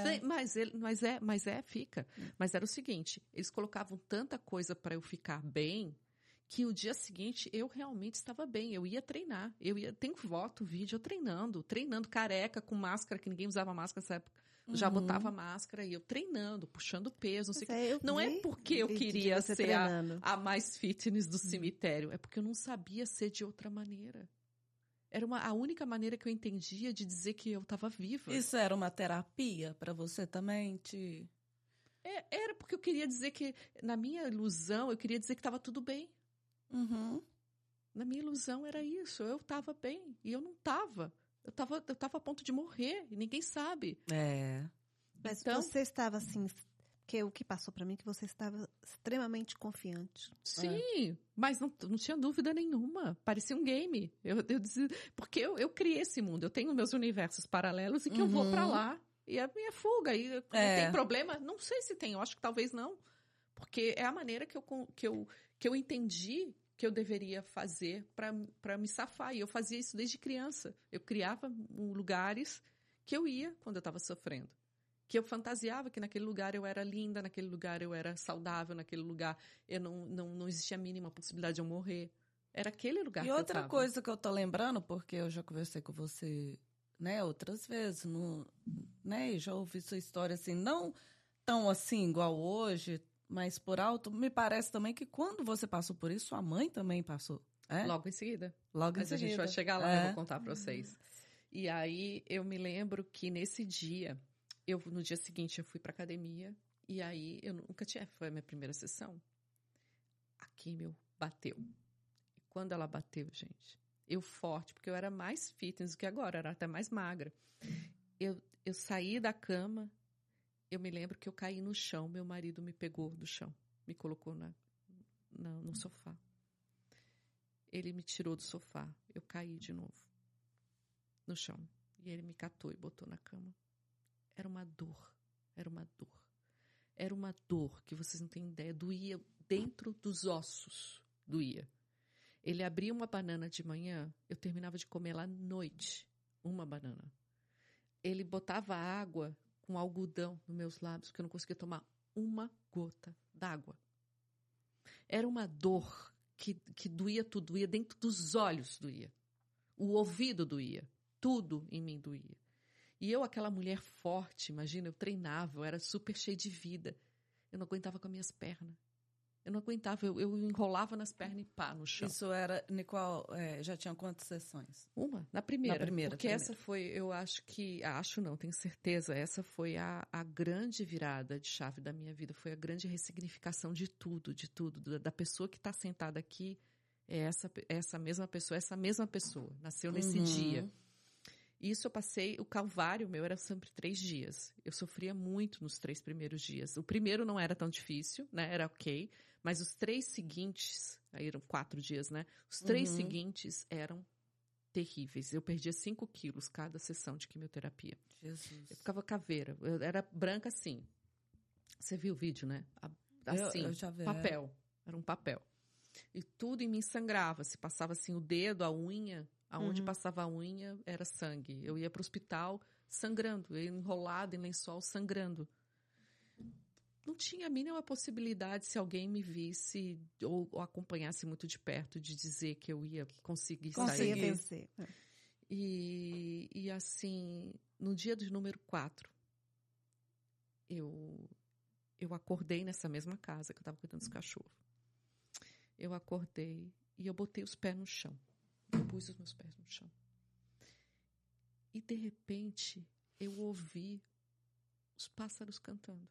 Fica. Mas era o seguinte, eles colocavam tanta coisa para eu ficar bem, que o dia seguinte eu realmente estava bem, eu ia treinar, tenho vídeo eu treinando careca, com máscara, que ninguém usava máscara nessa época, já botava máscara e eu treinando, puxando peso, não é porque eu queria ser a mais fitness do cemitério, é porque eu não sabia ser de outra maneira. Era a única maneira que eu entendia de dizer que eu estava viva. Isso era uma terapia para você também? Era porque eu queria dizer que, na minha ilusão, eu queria dizer que estava tudo bem. Na minha ilusão era isso, eu estava bem e eu não estava. Eu tava a ponto de morrer e ninguém sabe. Mas então, você estava assim, porque o que passou para mim é que você estava extremamente confiante. Sim, mas não tinha dúvida nenhuma. Parecia um game. Eu dizia, porque eu criei esse mundo, eu tenho meus universos paralelos e que eu vou para lá. E a minha fuga, e tem problema? Não sei se tem, eu acho que talvez não. Porque é a maneira que eu entendi que eu deveria fazer para me safar. E eu fazia isso desde criança. Eu criava lugares que eu ia quando eu estava sofrendo. Que eu fantasiava que naquele lugar eu era linda, naquele lugar eu era saudável, naquele lugar eu não existia a mínima possibilidade de eu morrer. Era aquele lugar que eu estava. E outra coisa que eu tô lembrando, porque eu já conversei com você, né, outras vezes, né, já ouvi sua história assim, não tão assim igual hoje, mas por alto, me parece também que quando você passou por isso, sua mãe também passou. É? Logo em seguida. Logo Mas em a gente vai seguida. chegar lá, eu vou contar pra vocês. E aí, eu me lembro que nesse dia, no dia seguinte, eu fui pra academia. E aí, eu nunca tinha... Foi a minha primeira sessão. A químio bateu. E quando ela bateu, gente, eu forte, porque eu era mais fitness do que agora, eu era até mais magra. Eu saí da cama, eu me lembro que eu caí no chão, meu marido me pegou do chão, me colocou no sofá. Ele me tirou do sofá, eu caí de novo no chão. E ele me catou e botou na cama. Era uma dor, era uma dor. Era uma dor que vocês não têm ideia, doía dentro dos ossos, doía. Ele abria uma banana de manhã, eu terminava de comer lá à noite, uma banana. Ele botava água com algodão nos meus lábios, porque eu não conseguia tomar uma gota d'água. Era uma dor que doía tudo, doía dentro dos olhos, doía. O ouvido doía, tudo em mim doía. E eu, aquela mulher forte, imagina, eu treinava, eu era super cheia de vida. Eu não aguentava com as minhas pernas. Eu não aguentava, eu enrolava nas pernas e pá, no chão. Isso era, Nicole, já tinha quantas sessões? Uma, na primeira. Na primeira. Porque essa foi, eu não, tenho certeza, essa foi a grande virada de chave da minha vida, foi a grande ressignificação de tudo, da pessoa que está sentada aqui, essa mesma pessoa, nasceu nesse dia. Isso eu passei, o calvário meu era sempre 3 dias. Eu sofria muito nos 3 primeiros dias. O primeiro não era tão difícil, né? Era ok. Mas os 3 seguintes, aí eram 4 dias, né? Os 3 seguintes eram terríveis. Eu perdia 5 quilos cada sessão de quimioterapia. Jesus. Eu ficava caveira. Eu era branca assim. Você viu o vídeo, né? Assim, eu já vi. papel. Era um papel. E tudo em mim sangrava. Se passava assim o dedo, a unha... Aonde passava a unha era sangue. Eu ia para o hospital sangrando, eu ia enrolada em lençol sangrando. Não tinha a mínima possibilidade, se alguém me visse ou acompanhasse muito de perto, de dizer que eu ia conseguir sair. Conseguia vencer. E assim, no dia do número 4, eu acordei nessa mesma casa que eu estava cuidando dos cachorros. Eu acordei e eu botei os pés no chão. Eu pus os meus pés no chão. E, de repente, eu ouvi os pássaros cantando.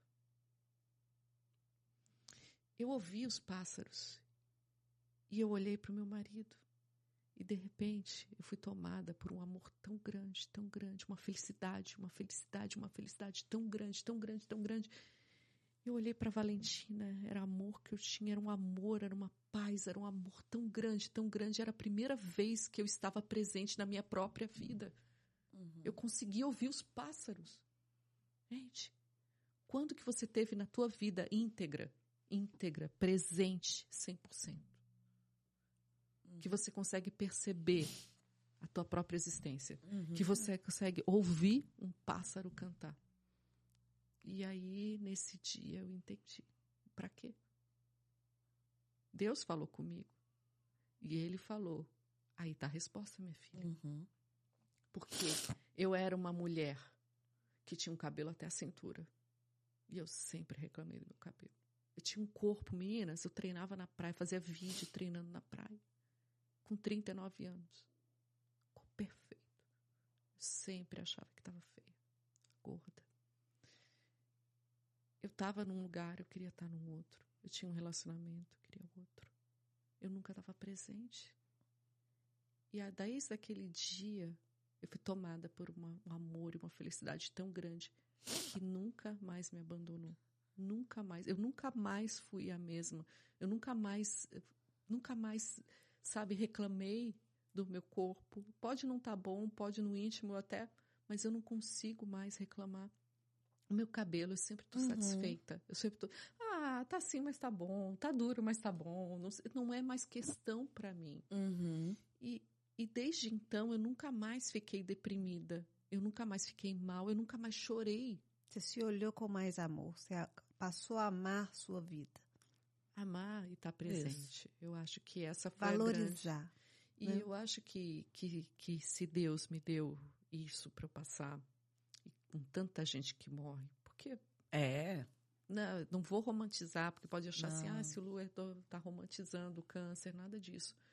Eu ouvi os pássaros. E eu olhei para o meu marido. E, de repente, eu fui tomada por um amor tão grande, uma felicidade tão grande, tão grande, tão grande. Eu olhei para Valentina, era amor que eu tinha, era um amor, era uma paz, era um amor tão grande, era a primeira vez que eu estava presente na minha própria vida. Eu consegui ouvir os pássaros. Gente, quando que você teve na tua vida íntegra, presente, 100%? Que você consegue perceber a tua própria existência, que você consegue ouvir um pássaro cantar. E aí, nesse dia, eu entendi. Pra quê? Deus falou comigo. E Ele falou. Aí tá a resposta, minha filha. Porque eu era uma mulher que tinha um cabelo até a cintura. E eu sempre reclamei do meu cabelo. Eu tinha um corpo, meninas, eu treinava na praia, fazia vídeo treinando na praia. Com 39 anos. Corpo perfeito. Eu sempre achava que estava feia. Gorda. Eu estava num lugar, eu queria estar num outro. Eu tinha um relacionamento, eu queria outro. Eu nunca estava presente. E desde aquele dia, eu fui tomada por um amor e uma felicidade tão grande que nunca mais me abandonou. Nunca mais. Eu nunca mais fui a mesma. Eu nunca mais, sabe, reclamei do meu corpo. Pode não estar bom, pode no íntimo até, mas eu não consigo mais reclamar. O meu cabelo, eu sempre estou satisfeita. Eu sempre estou, tá assim, mas tá bom. Tá duro, mas tá bom. Não é mais questão para mim. E desde então, eu nunca mais fiquei deprimida. Eu nunca mais fiquei mal. Eu nunca mais chorei. Você se olhou com mais amor. Você passou a amar sua vida. Amar e estar presente. Eu acho que essa foi valorizar. A grande... E eu acho que se Deus me deu isso para eu passar... com tanta gente que morre, porque... Não vou romantizar, porque pode achar assim, se o Lu tá romantizando o câncer, nada disso.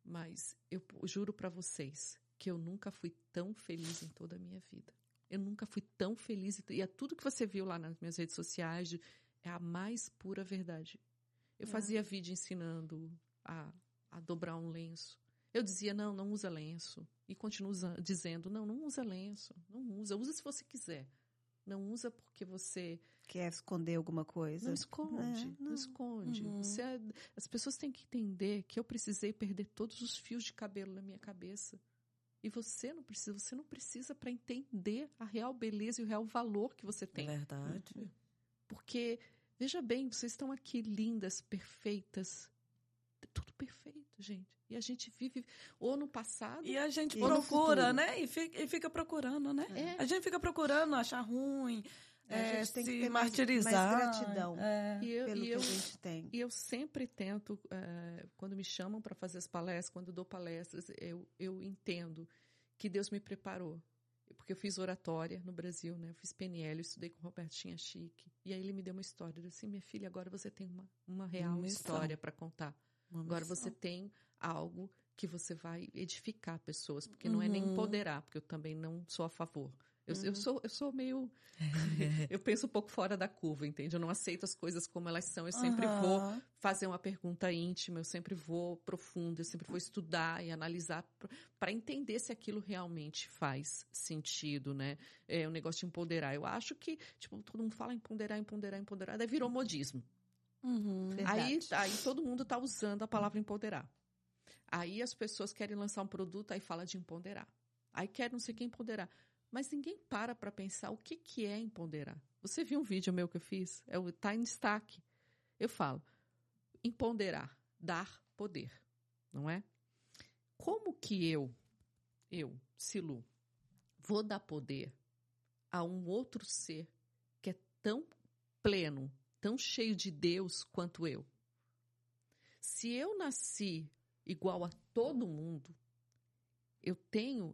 mas eu juro para vocês que eu nunca fui tão feliz em toda a minha vida. Eu nunca fui tão feliz. E é tudo que você viu lá nas minhas redes sociais, é a mais pura verdade. Eu fazia vídeo ensinando a dobrar um lenço. Eu dizia, não usa lenço. E continuo dizendo, não usa lenço. Não usa se você quiser. Não usa porque você... Quer esconder alguma coisa? Não esconde, não esconde. As pessoas têm que entender que eu precisei perder todos os fios de cabelo na minha cabeça. E você não precisa para entender a real beleza e o real valor que você tem. É verdade. Porque, veja bem, vocês estão aqui lindas, perfeitas. Tudo perfeito, gente. E a gente vive ou no passado... E a gente procura, né? E fica procurando, né? A gente fica procurando achar ruim, a gente tem que ter martirizar. mais gratidão pelo que a gente tem. E eu sempre tento, quando me chamam para fazer as palestras, quando dou palestras, eu entendo que Deus me preparou. Porque eu fiz oratória no Brasil, né? Eu fiz PNL, eu estudei com o Robertinha Chique. E aí ele me deu uma história. Ele disse assim, minha filha, agora você tem uma real história para contar. Agora você tem algo que você vai edificar pessoas, porque não é nem empoderar, porque eu também não sou a favor. Eu sou meio... eu penso um pouco fora da curva, entende? Eu não aceito as coisas como elas são. Eu sempre vou fazer uma pergunta íntima, eu sempre vou profundo, eu sempre vou estudar e analisar para entender se aquilo realmente faz sentido, né? É um negócio de empoderar. Eu acho que, tipo, todo mundo fala empoderar, daí virou modismo. Aí todo mundo está usando a palavra empoderar. Aí as pessoas querem lançar um produto, aí fala de empoderar. Aí quer não sei quem empoderar. Mas ninguém para pensar o que é empoderar. Você viu um vídeo meu que eu fiz? Está em destaque. Eu falo, empoderar, dar poder, não é? Como que eu, Silu, vou dar poder a um outro ser que é tão pleno, tão cheio de Deus quanto eu? Se eu nasci igual a todo mundo, eu tenho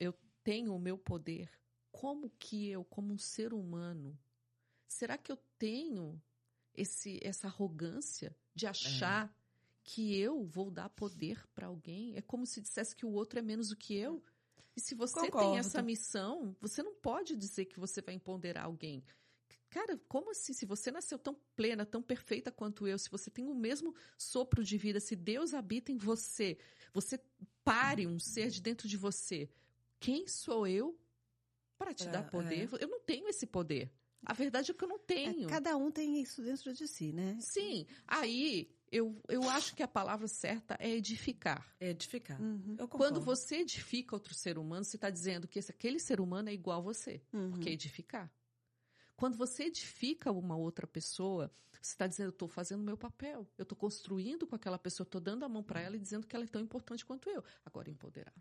o meu poder. Como que eu, como um ser humano, será que eu tenho essa arrogância de achar que eu vou dar poder para alguém? É como se dissesse que o outro é menos do que eu. E se você tem essa missão, você não pode dizer que você vai empoderar alguém. Cara, como assim? Se você nasceu tão plena, tão perfeita quanto eu, se você tem o mesmo sopro de vida, se Deus habita em você, você pare um ser de dentro de você, quem sou eu para te dar poder? Eu não tenho esse poder. A verdade é que eu não tenho. Cada um tem isso dentro de si, né? Sim. Aí, eu acho que a palavra certa é edificar. É edificar. Eu concordo. Quando você edifica outro ser humano, você está dizendo que aquele ser humano é igual a você. Porque é edificar. Quando você edifica uma outra pessoa, você está dizendo, eu estou fazendo o meu papel. Eu estou construindo com aquela pessoa, estou dando a mão para ela e dizendo que ela é tão importante quanto eu. Agora, empoderar.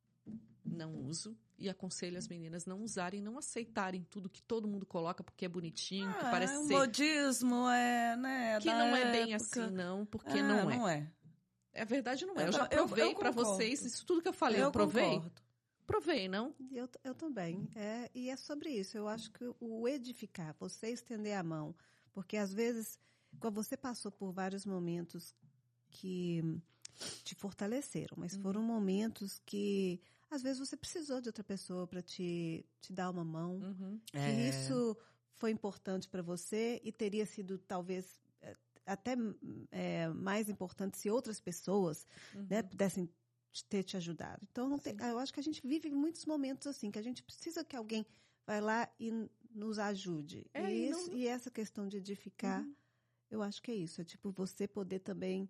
Não uso e aconselho as meninas não usarem, não aceitarem tudo que todo mundo coloca porque é bonitinho, que parece ser... modismo, né? Que não é bem assim, não, porque não é. Não é. A verdade não é. Eu já provei para vocês, isso tudo que eu falei, eu provei. Concordo. Provei, não? Eu também. E é sobre isso. Eu acho que o edificar, você estender a mão, porque às vezes, quando você passou por vários momentos que te fortaleceram, mas foram momentos que às vezes você precisou de outra pessoa para te dar uma mão. E isso foi importante para você e teria sido talvez até mais importante se outras pessoas né, pudessem ter te ajudado. Então, eu acho que a gente vive muitos momentos assim, que a gente precisa que alguém vai lá e nos ajude. E essa questão de edificar, eu acho que é isso. É tipo você poder também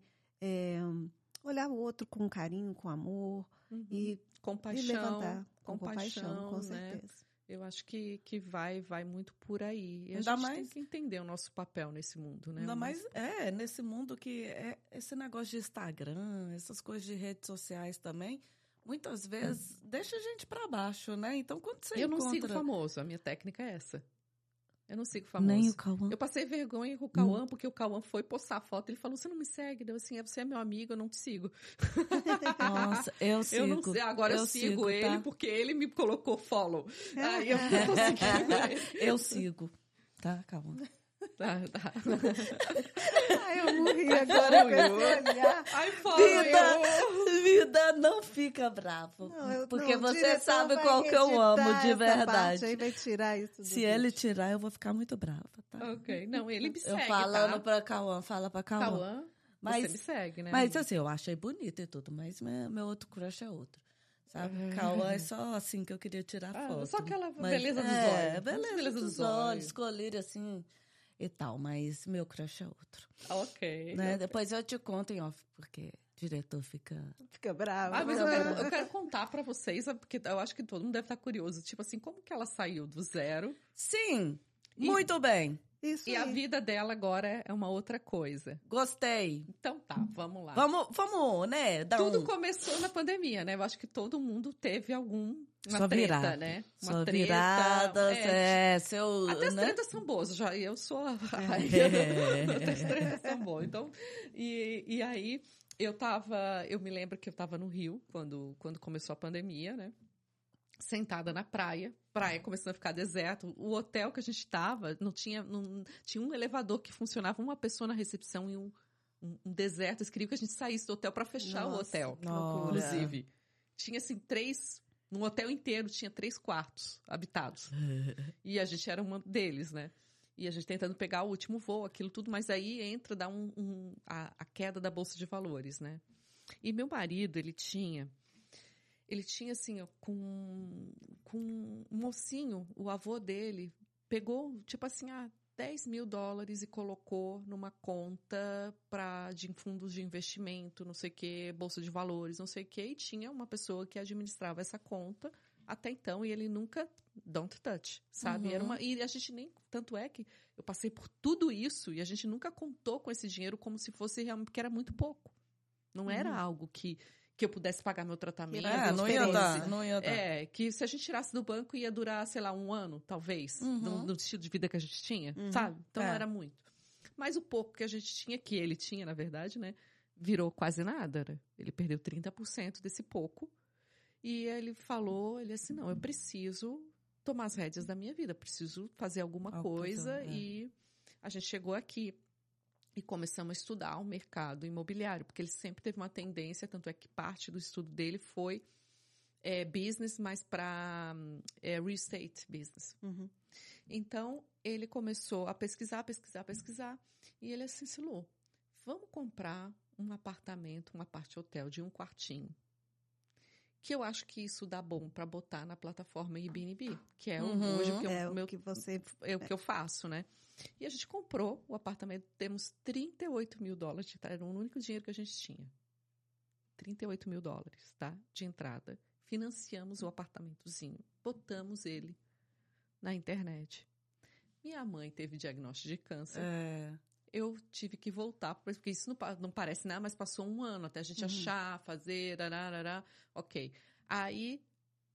olhar o outro com carinho, com amor e levantar com compaixão, com certeza. Né? Eu acho que vai muito por aí. E a Ainda gente mais... tem que entender o nosso papel nesse mundo, né? Ainda mais nesse mundo que esse negócio de Instagram, essas coisas de redes sociais também, muitas vezes deixa a gente pra baixo, né? Então, quando você Eu não sigo famoso, a minha técnica é essa. Eu não sigo famoso. Nem o Cauã. Eu passei vergonha com o Cauã, porque o Cauã foi postar a foto. Ele falou, você não me segue? Eu assim, você é meu amigo, eu não te sigo. Nossa, eu sigo. Eu não sei, agora eu sigo ele, tá? Porque ele me colocou follow. Aí eu tô seguindo ele. Eu sigo, tá, Cauã? Tá. Ai, eu morri agora com esse olhar. Ai, Vida, não fica bravo. Porque você sabe qual que eu amo de verdade. Aí vai tirar isso. Se ele tirar, eu vou ficar muito brava, tá? Ok. Não, ele me segue, Eu falando tá? pra Cauã, fala pra Cauã. Cauã, você me segue, né? Mas assim, eu achei bonito e tudo, mas meu outro crush é outro. Sabe? Cauã é só assim que eu queria tirar foto. Só aquela beleza dos olhos. Beleza dos olhos, colírio assim e tal, mas meu crush é outro. Ok. Né? Depois eu te conto em off, porque o diretor fica bravo. Mas eu quero contar pra vocês, porque eu acho que todo mundo deve estar curioso. Tipo assim, como que ela saiu do zero? Sim, muito bem. Isso e a vida dela agora é uma outra coisa. Gostei. Então tá, vamos lá. Vamos, né? Tudo começou na pandemia, né? Eu acho que todo mundo teve uma só treta, virada. né? Uma só treta. Viradas, seu... Até as né? tretas são boas, eu sou a rainha. As tretas são boas. Então, e aí, eu me lembro que eu tava no Rio, quando começou a pandemia, né? Sentada na praia começando a ficar deserto. O hotel que a gente estava tinha um elevador que funcionava uma pessoa na recepção e um deserto. Eles queriam que a gente saísse do hotel para fechar o hotel. Inclusive. Tinha assim no hotel inteiro tinha 3 quartos habitados. E a gente era uma deles, né? E a gente tentando pegar o último voo, aquilo tudo, mas aí entra a queda da Bolsa de Valores, né? E meu marido, ele tinha assim, ó, com um mocinho, o avô dele, pegou, tipo assim, $10 mil e colocou numa conta de fundos de investimento, não sei o quê, Bolsa de Valores, não sei o quê, e tinha uma pessoa que administrava essa conta até então, e ele nunca, don't touch, sabe? E a gente nem, tanto é que eu passei por tudo isso, e a gente nunca contou com esse dinheiro como se fosse realmente, porque era muito pouco. Não era algo que eu pudesse pagar meu tratamento. Não ia dar. Que se a gente tirasse do banco ia durar, sei lá, 1 ano, talvez, no estilo de vida que a gente tinha, sabe? Então não era muito. Mas o pouco que a gente tinha, que ele tinha, na verdade, né, virou quase nada, né? Ele perdeu 30% desse pouco. E ele assim, não, eu preciso tomar as rédeas da minha vida, preciso fazer alguma coisa. E a gente chegou aqui. E começamos a estudar o mercado imobiliário, porque ele sempre teve uma tendência, tanto é que parte do estudo dele foi business, mas para real estate business. Então, ele começou a pesquisar, e ele assim, Silu, vamos comprar um apartamento, um apart-hotel de 1 quartinho, que eu acho que isso dá bom para botar na plataforma Airbnb, que é hoje o que eu faço, né? E a gente comprou o apartamento, temos $38 mil de entrada, era o único dinheiro que a gente tinha. $38 mil, tá? De entrada. Financiamos o apartamentozinho, botamos ele na internet. Minha mãe teve diagnóstico de câncer. Eu tive que voltar, porque isso não parece nada, mas passou 1 ano até a gente achar, fazer, ok. Aí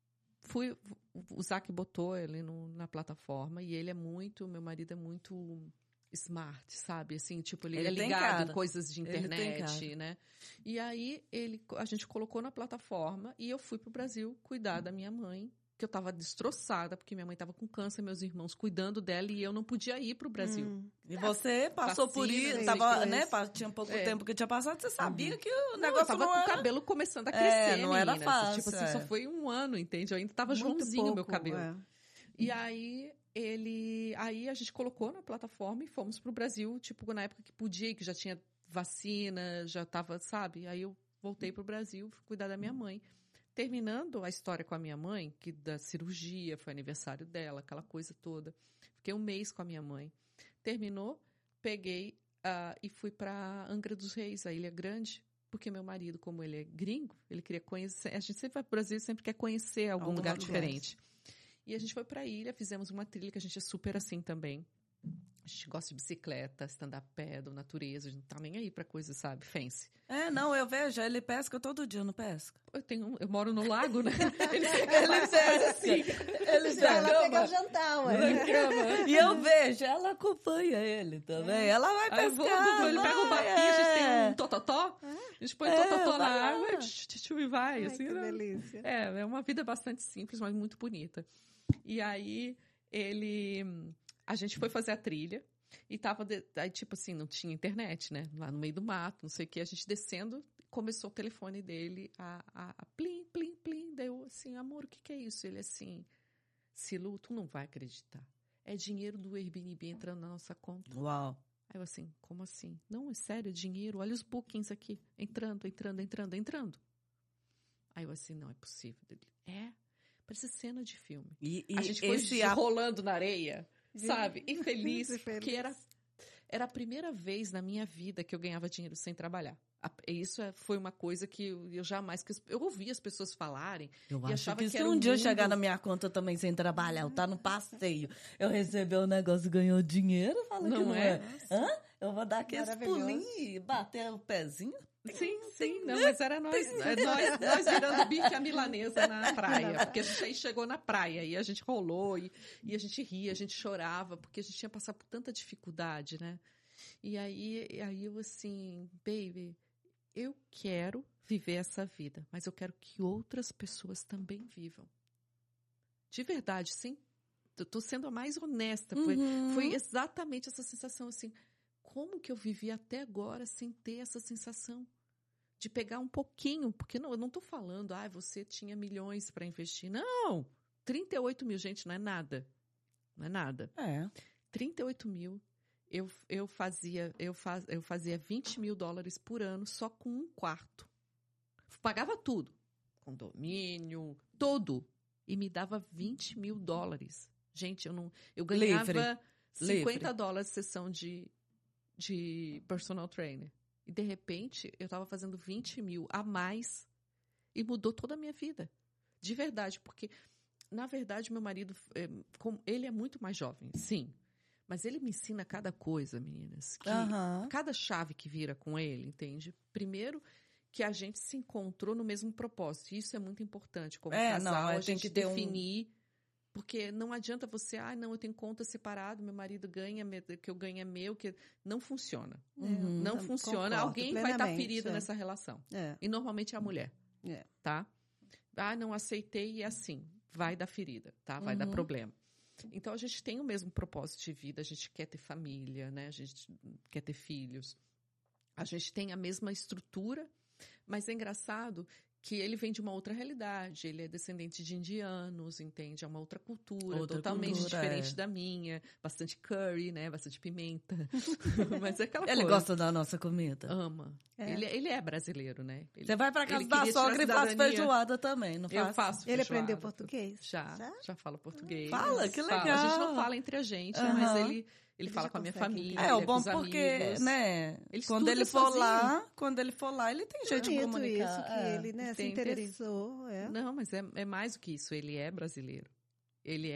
o Zac botou ele na plataforma e meu marido é muito smart, sabe? Assim, tipo, ele é ligado em coisas de internet, né? E aí a gente colocou na plataforma e eu fui pro Brasil cuidar da minha mãe, que eu tava destroçada, porque minha mãe tava com câncer, meus irmãos cuidando dela e eu não podia ir pro Brasil. E você passou por isso, tava, né? Tinha pouco tempo que tinha passado, você sabia que o negócio tava com o cabelo começando a crescer, não era fácil. Tipo assim, só foi 1 ano, entende? Eu ainda tava Joãozinho meu cabelo. E aí a gente colocou na plataforma e fomos pro Brasil, tipo, na época que podia, que já tinha vacina, já tava, sabe? Aí eu voltei pro Brasil, fui cuidar da minha mãe. Terminando a história com a minha mãe, que da cirurgia, foi aniversário dela, aquela coisa toda. Fiquei 1 mês com a minha mãe. Terminou, peguei e fui para Angra dos Reis, a Ilha Grande, porque meu marido, como ele é gringo, ele queria conhecer. A gente sempre vai para o Brasil e sempre quer conhecer algum lugar diferente. E a gente foi para a ilha, fizemos uma trilha que a gente é super assim também. A gente gosta de bicicleta, stand-up paddle, natureza, a gente não tá nem aí pra coisa, sabe, fancy. Não, eu vejo, ele pesca todo dia, não pesca? Eu moro no lago, né? Ele pesca assim. Ela pega o jantar, ué. E eu vejo, ela acompanha ele também. Ela vai pescar. Ele pega o barquinho, a gente tem um tototó, a gente põe o tototó na água e vai. Assim, que delícia. É uma vida bastante simples, mas muito bonita. E aí, a gente foi fazer a trilha E aí, tipo assim, não tinha internet, né? Lá no meio do mato, não sei o que. A gente descendo, começou o telefone dele a plim, plim, plim. Daí eu assim, amor, o que é isso? Ele assim, Cilu, tu não vai acreditar. É dinheiro do Airbnb entrando na nossa conta. Uau. Aí eu assim, como assim? Não, é sério, é dinheiro. Olha os bookings aqui. Entrando. Aí eu assim, não é possível. Ele, parece cena de filme. E a gente foi rolando na areia, sabe? E feliz, porque era a primeira vez na minha vida que eu ganhava dinheiro sem trabalhar. Isso foi uma coisa que eu jamais... Eu ouvia as pessoas falarem eu e acho achava que que se era um dia eu chegar na minha conta também sem trabalhar, eu tá no passeio, eu receber o negócio e ganhou dinheiro, fala que não é. Hã? Eu vou dar aqueles pulinhos e bater o pezinho. Sim, não, mas era nós virando bife à milanesa na praia, porque a gente aí chegou na praia e a gente rolou e a gente ria, a gente chorava, porque a gente tinha passado por tanta dificuldade, né? E aí eu assim, baby, eu quero viver essa vida, mas eu quero que outras pessoas também vivam. De verdade, sim. Eu tô sendo a mais honesta. Foi exatamente essa sensação assim, como que eu vivi até agora sem ter essa sensação? De pegar um pouquinho, porque eu não estou falando, você tinha milhões para investir. Não! 38 mil, gente, não é nada. Não é nada. 38 mil, eu fazia $20 mil por ano só com um quarto. Pagava tudo. Condomínio, tudo. E me dava $20 mil. Gente, eu ganhava $50 sessão de personal trainer. E, de repente, eu estava fazendo 20 mil a mais e mudou toda a minha vida. De verdade, porque, na verdade, meu marido, ele é muito mais jovem, sim. Mas ele me ensina cada coisa, meninas. Que cada chave que vira com ele, entende? Primeiro, que a gente se encontrou no mesmo propósito. E isso é muito importante. Como casal, a gente definir... Porque não adianta você, eu tenho conta separada, meu marido ganha, que eu ganho é meu, que não funciona. Não funciona. Alguém vai estar ferido nessa relação. E normalmente é a mulher. Tá? Não aceitei e é assim. Vai dar ferida, tá? Vai dar problema. Então, a gente tem o mesmo propósito de vida, a gente quer ter família, né? A gente quer ter filhos. A gente tem a mesma estrutura, mas é engraçado que ele vem de uma outra realidade, ele é descendente de indianos, entende? É uma outra cultura, totalmente diferente da minha, bastante curry, né? Bastante pimenta, mas é aquela coisa. Ele gosta da nossa comida? Ama. Ele é brasileiro, né? Você vai pra casa da sogra e faz feijoada também, não faz? Eu faço Ele feijoada. Aprendeu português? Já fala português. Fala, que legal. A gente não fala entre a gente, né? Mas ele fala com a minha família, o bom porque, amigos. né, quando ele for lá, ele tem jeito de comunicar. Isso, que ele, né, se interessou. Não, mas é mais do que isso, ele é brasileiro. Ele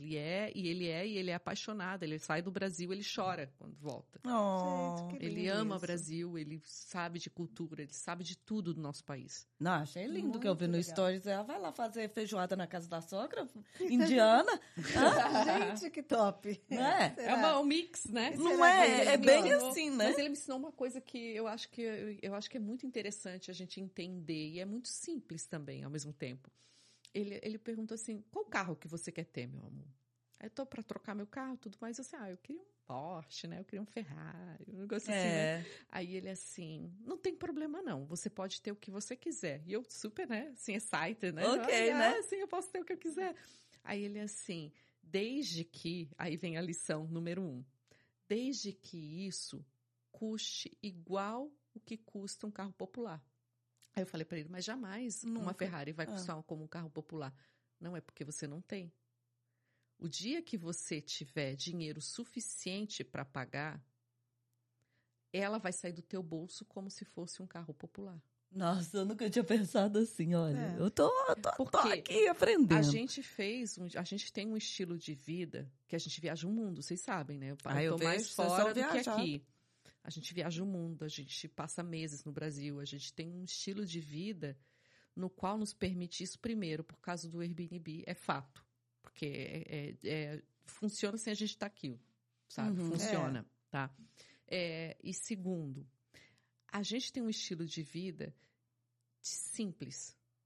é apaixonado. Ele sai do Brasil, ele chora quando volta. Gente, ele ama o Brasil, ele sabe de cultura, ele sabe de tudo do nosso país. Não, achei lindo muito que eu vi no Stories. Ela vai lá fazer feijoada na casa da sogra, indiana. Gente, que top. É um mix, né? Não é bem assim, né? Mas ele me ensinou uma coisa que eu acho que é muito interessante a gente entender. E é muito simples também, ao mesmo tempo. Ele perguntou assim, qual carro que você quer ter, meu amor? Aí eu tô pra trocar meu carro, tudo mais. Assim, eu queria um Porsche, né? Eu queria um Ferrari, um negócio assim, né? Aí ele assim, não tem problema não, você pode ter o que você quiser. E eu super, né? Assim, excited, né? Né? Sim, eu posso ter o que eu quiser. Aí ele assim, desde que... Aí vem a lição número 1. Desde que isso custe igual o que custa um carro popular. Aí eu falei para ele, mas jamais uma Ferrari vai custar como um carro popular. Não, é porque você não tem. O dia que você tiver dinheiro suficiente para pagar, ela vai sair do teu bolso como se fosse um carro popular. Nossa, eu nunca tinha pensado assim, olha. Eu tô aqui aprendendo. A gente tem um estilo de vida que a gente viaja o mundo, vocês sabem, né? Eu tô mais fora do que aqui. A gente viaja o mundo, a gente passa meses no Brasil, a gente tem um estilo de vida no qual nos permite isso, primeiro, por causa do Airbnb, é fato. Porque funciona sem a gente estar aqui, sabe? Funciona, tá? E segundo, a gente tem um estilo de vida simples.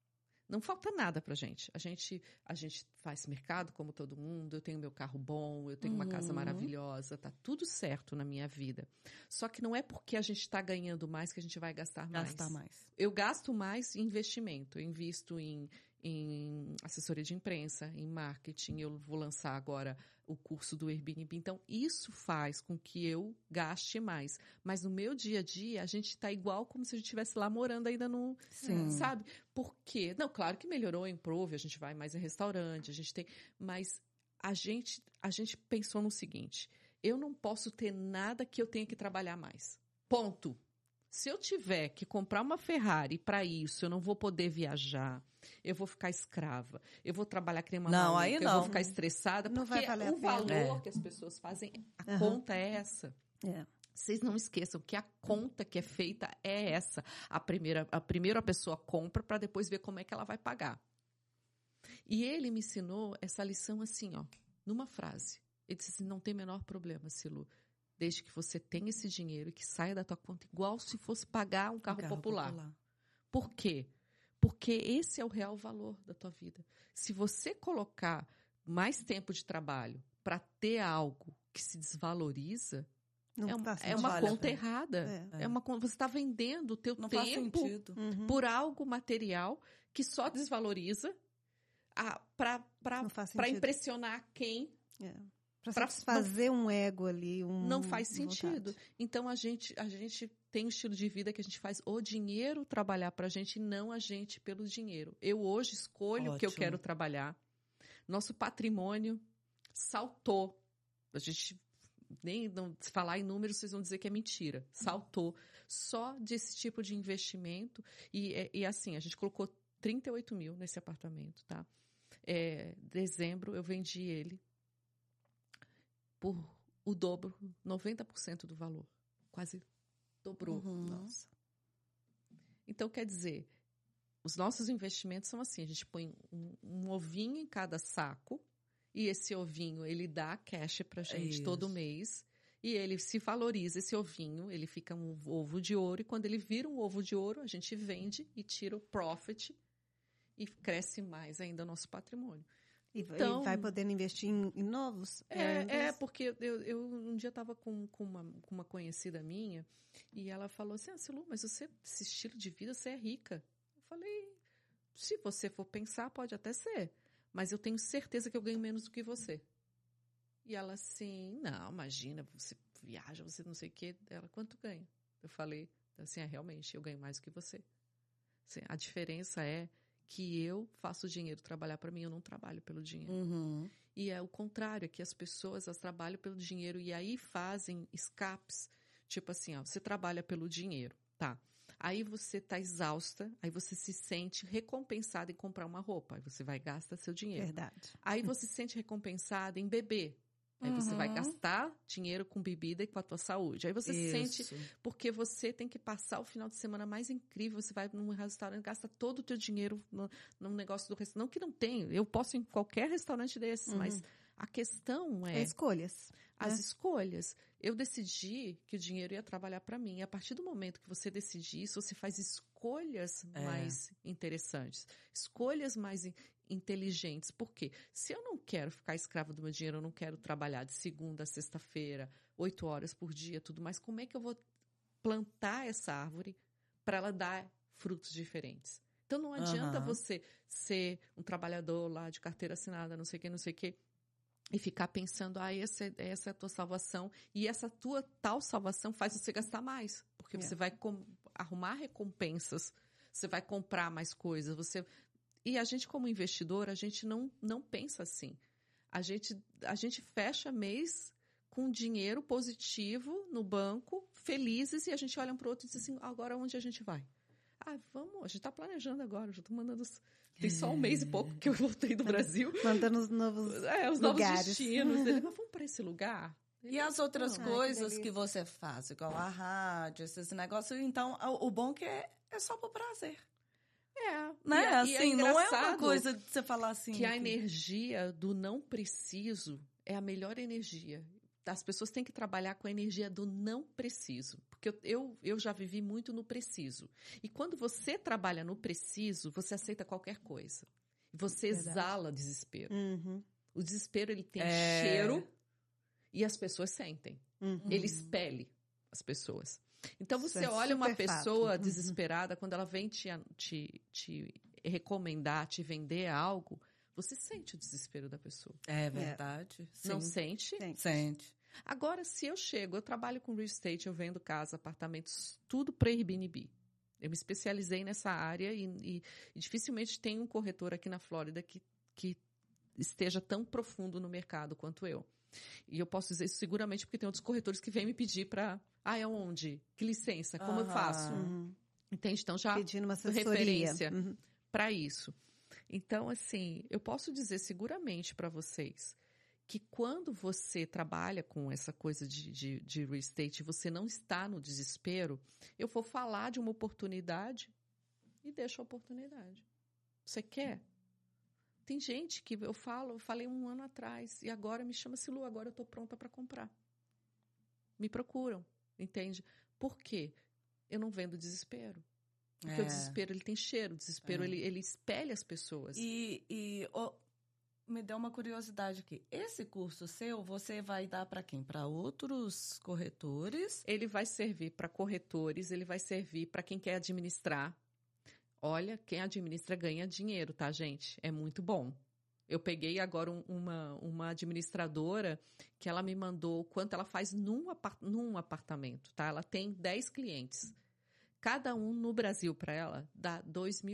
Não falta nada pra gente. A gente faz mercado como todo mundo, eu tenho meu carro bom, eu tenho uma casa maravilhosa, tá tudo certo na minha vida. Só que não é porque a gente está ganhando mais que a gente vai gastar mais. Eu gasto mais em investimento, eu invisto em assessoria de imprensa, em marketing, eu vou lançar agora o curso do Airbnb. Então, isso faz com que eu gaste mais. Mas no meu dia a dia, a gente está igual como se a gente estivesse lá morando ainda no... Sim. Sabe? Por quê? Não, claro que melhorou, improve, a gente vai mais em restaurante, a gente tem... Mas a gente pensou no seguinte, eu não posso ter nada que eu tenha que trabalhar mais. Ponto. Se eu tiver que comprar uma Ferrari para isso, eu não vou poder viajar, eu vou ficar escrava, eu vou trabalhar que nem uma maluca, eu vou ficar estressada, não porque vai valer o valor que as pessoas fazem, a conta é essa. Vocês não esqueçam que a conta que é feita é essa. Primeiro a pessoa compra para depois ver como é que ela vai pagar. E ele me ensinou essa lição assim, ó, numa frase. Ele disse assim, não tem menor problema, Silu. Desde que você tenha esse dinheiro e que saia da tua conta igual se fosse pagar um carro popular. Por quê? Porque esse é o real valor da tua vida. Se você colocar mais tempo de trabalho para ter algo que se desvaloriza, é uma conta errada. Você está vendendo o teu tempo por algo material que só desvaloriza para impressionar quem... Para satisfazer um ego ali. Não faz sentido. Então, a gente tem um estilo de vida que a gente faz o dinheiro trabalhar para a gente e não a gente pelo dinheiro. Eu hoje escolho o que eu quero trabalhar. Nosso patrimônio saltou. A gente nem se falar em números, vocês vão dizer que é mentira. Saltou. Só desse tipo de investimento. E assim, a gente colocou 38 mil nesse apartamento, tá? Dezembro, eu vendi ele por o dobro, 90% do valor. Quase dobrou. Nossa. Então, quer dizer, os nossos investimentos são assim, a gente põe um ovinho em cada saco e esse ovinho, ele dá cash pra gente todo mês e ele se valoriza, esse ovinho, ele fica um ovo de ouro e quando ele vira um ovo de ouro, a gente vende e tira o profit e cresce mais ainda o nosso patrimônio. Então, vai podendo investir em novos? Porque eu um dia estava com uma conhecida minha e ela falou assim, Silu, mas esse estilo de vida, você é rica. Eu falei, se você for pensar, pode até ser, mas eu tenho certeza que eu ganho menos do que você. E ela assim, não, imagina, você viaja, você não sei o quê. Ela, quanto ganha? Eu falei, assim, realmente, eu ganho mais do que você. Assim, a diferença é que eu faço o dinheiro trabalhar para mim, eu não trabalho pelo dinheiro. E é o contrário, é que as pessoas elas trabalham pelo dinheiro e aí fazem escapes, tipo assim, ó, você trabalha pelo dinheiro, tá? Aí você tá exausta, aí você se sente recompensada em comprar uma roupa, aí você vai e gasta seu dinheiro. Verdade. Aí você se sente recompensada em beber. Aí você vai gastar dinheiro com bebida e com a tua saúde. Aí você se sente... Porque você tem que passar o final de semana mais incrível. Você vai num restaurante, gasta todo o teu dinheiro num negócio do restaurante. Não que não tenha. Eu posso ir em qualquer restaurante desses, mas a questão é... escolhas. As escolhas. Eu decidi que o dinheiro ia trabalhar para mim. E a partir do momento que você decide isso, você faz escolhas mais interessantes. Escolhas mais inteligentes. Por quê? Se eu não quero ficar escrava do meu dinheiro, eu não quero trabalhar de segunda a sexta-feira, 8 horas por dia, tudo mais, como é que eu vou plantar essa árvore para ela dar frutos diferentes? Então, não adianta você ser um trabalhador lá de carteira assinada, não sei o quê, e ficar pensando, essa é a tua salvação, e essa tua tal salvação faz você gastar mais, porque você vai arrumar recompensas, você vai comprar mais coisas, E a gente, como investidor, a gente não pensa assim. A gente fecha mês com dinheiro positivo no banco, felizes, e a gente olha um para o outro e diz assim, agora onde a gente vai? Vamos, a gente está planejando agora, já estou mandando... Tem só um mês e pouco que eu voltei do Brasil. Mandando os novos os novos destinos. Mas vamos para esse lugar? E as outras coisas que você faz, igual a rádio, esses negócios, então, o bom que é só por prazer. Né? Assim, não é uma coisa de você falar assim. Que a energia do não preciso é a melhor energia. as pessoas têm que trabalhar com a energia do não preciso. Porque eu já vivi muito no preciso. E quando você trabalha no preciso, você aceita qualquer coisa. Você exala desespero. O desespero, ele tem cheiro e as pessoas sentem. Ele expele as pessoas. Então, você olha uma pessoa desesperada, quando ela vem te recomendar, te vender algo, você sente o desespero da pessoa. É verdade. Não sente? Sente. Agora, se eu trabalho com real estate, eu vendo casa, apartamentos, tudo para Airbnb. Eu me especializei nessa área e dificilmente tem um corretor aqui na Flórida que esteja tão profundo no mercado quanto eu. E eu posso dizer isso seguramente porque tem outros corretores que vêm me pedir para... é onde? Que licença? Como eu faço? Entende? Então, já pedindo uma assessoria. Referência para isso. Então, assim, eu posso dizer seguramente para vocês que quando você trabalha com essa coisa de real estate, você não está no desespero, eu vou falar de uma oportunidade e deixo a oportunidade. Você quer? Tem gente que eu falei 1 ano atrás, e agora me chama Silu, agora eu estou pronta para comprar. Me procuram, entende? Por quê? Eu não vendo desespero. Porque o desespero, ele tem cheiro, o desespero, ele espelha as pessoas. Me deu uma curiosidade aqui. Esse curso seu, você vai dar para quem? Para outros corretores? Ele vai servir para corretores, ele vai servir para quem quer administrar. Olha, quem administra ganha dinheiro, tá, gente? É muito bom. Eu peguei agora uma administradora que ela me mandou quanto ela faz num apartamento, tá? Ela tem 10 clientes. Cada um no Brasil para ela dá R$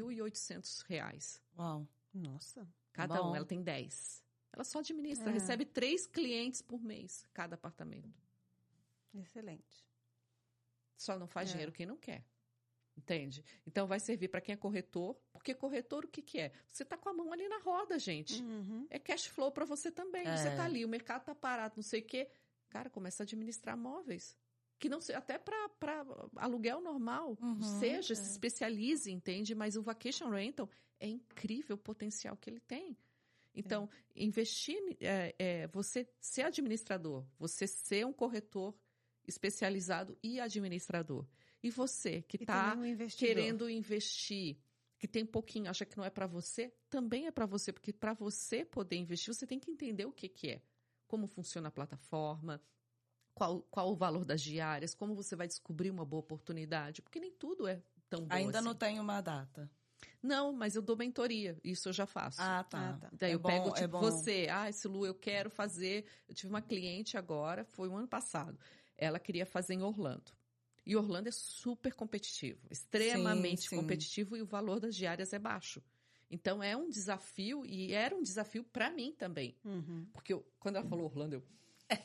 2.800. Uau. Nossa. Cada um, ela tem 10. Ela só administra, recebe 3 clientes por mês, cada apartamento. Excelente. Só não faz dinheiro quem não quer. Entende? Então, vai servir para quem é corretor, porque corretor, o que é? Você está com a mão ali na roda, gente. É cash flow para você também. Você está ali, o mercado está parado, não sei o quê. Cara, começa a administrar móveis. Que não sei, até para aluguel normal, se especialize, entende? Mas o vacation rental é incrível o potencial que ele tem. Então, investir, você ser administrador, você ser um corretor especializado e administrador. E você que está querendo investir, que tem pouquinho, acha que não é para você, também é para você, porque para você poder investir, você tem que entender o que é, como funciona a plataforma, qual o valor das diárias, como você vai descobrir uma boa oportunidade, porque nem tudo é tão bom Ainda assim. não tem uma data. Não, mas eu dou mentoria, isso eu já faço. Tá. Daí eu pego, você, Silu, eu quero fazer... Eu tive uma cliente agora, foi o ano passado, ela queria fazer em Orlando. E Orlando é super competitivo, extremamente competitivo, e o valor das diárias é baixo. Então, é um desafio, e era um desafio para mim também. Porque quando ela falou Orlando, eu...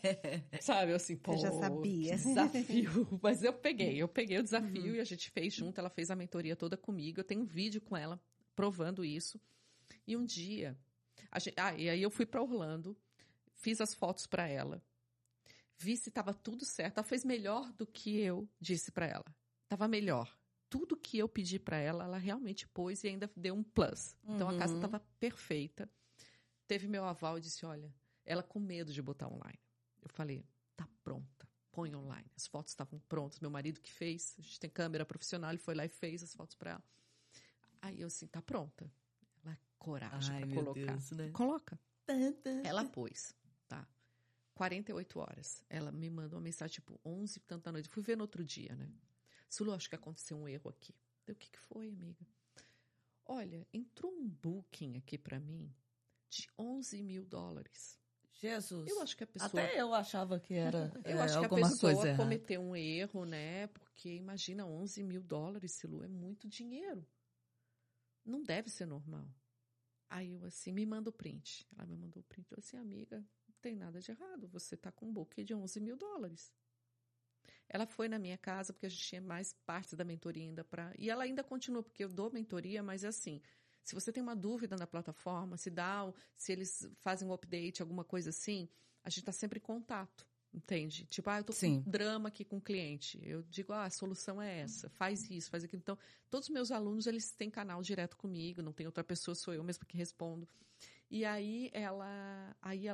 Sabe, assim, pô, eu já sabia. Que desafio. Mas eu peguei o desafio e a gente fez junto, ela fez a mentoria toda comigo. Eu tenho um vídeo com ela provando isso. E um dia, e aí eu fui para Orlando, fiz as fotos para ela, vi se estava tudo certo. Ela fez melhor do que eu disse para ela. Estava melhor. Tudo que eu pedi para ela, ela realmente pôs e ainda deu um plus. Então, a casa estava perfeita. Teve meu aval e disse, olha, ela com medo de botar online. Eu falei, tá pronta, põe online. As fotos estavam prontas, meu marido que fez, a gente tem câmera profissional, ele foi lá e fez as fotos para ela. Aí eu assim, tá pronta. Ela coragem para colocar. Deus, né? Coloca. Ela pôs, tá? 48 horas. Ela me manda uma mensagem, tipo, 11 e tanto da noite. Fui ver no outro dia, né? Silu, acho que aconteceu um erro aqui. Eu, o que foi, amiga? Olha, entrou um booking aqui para mim de $11.000. Jesus. Eu acho que a pessoa... Até eu achava que era eu acho que alguma a pessoa coisa cometeu um erro, né? Porque imagina, $11.000, Silu, é muito dinheiro. Não deve ser normal. Aí eu assim, me manda o print. Ela me mandou o print. Eu assim, amiga, não tem nada de errado. Você tá com um booking de $11.000. Ela foi na minha casa, porque a gente tinha mais partes da mentoria ainda para... E ela ainda continua, porque eu dou mentoria, mas é assim... Se você tem uma dúvida na plataforma, se eles fazem um update, alguma coisa assim, a gente está sempre em contato. Entende? Tipo, eu tô com um drama aqui com o cliente. Eu digo, a solução é essa. Faz isso, faz aquilo. Então, todos os meus alunos, eles têm canal direto comigo. Não tem outra pessoa, sou eu mesma que respondo. E aí ela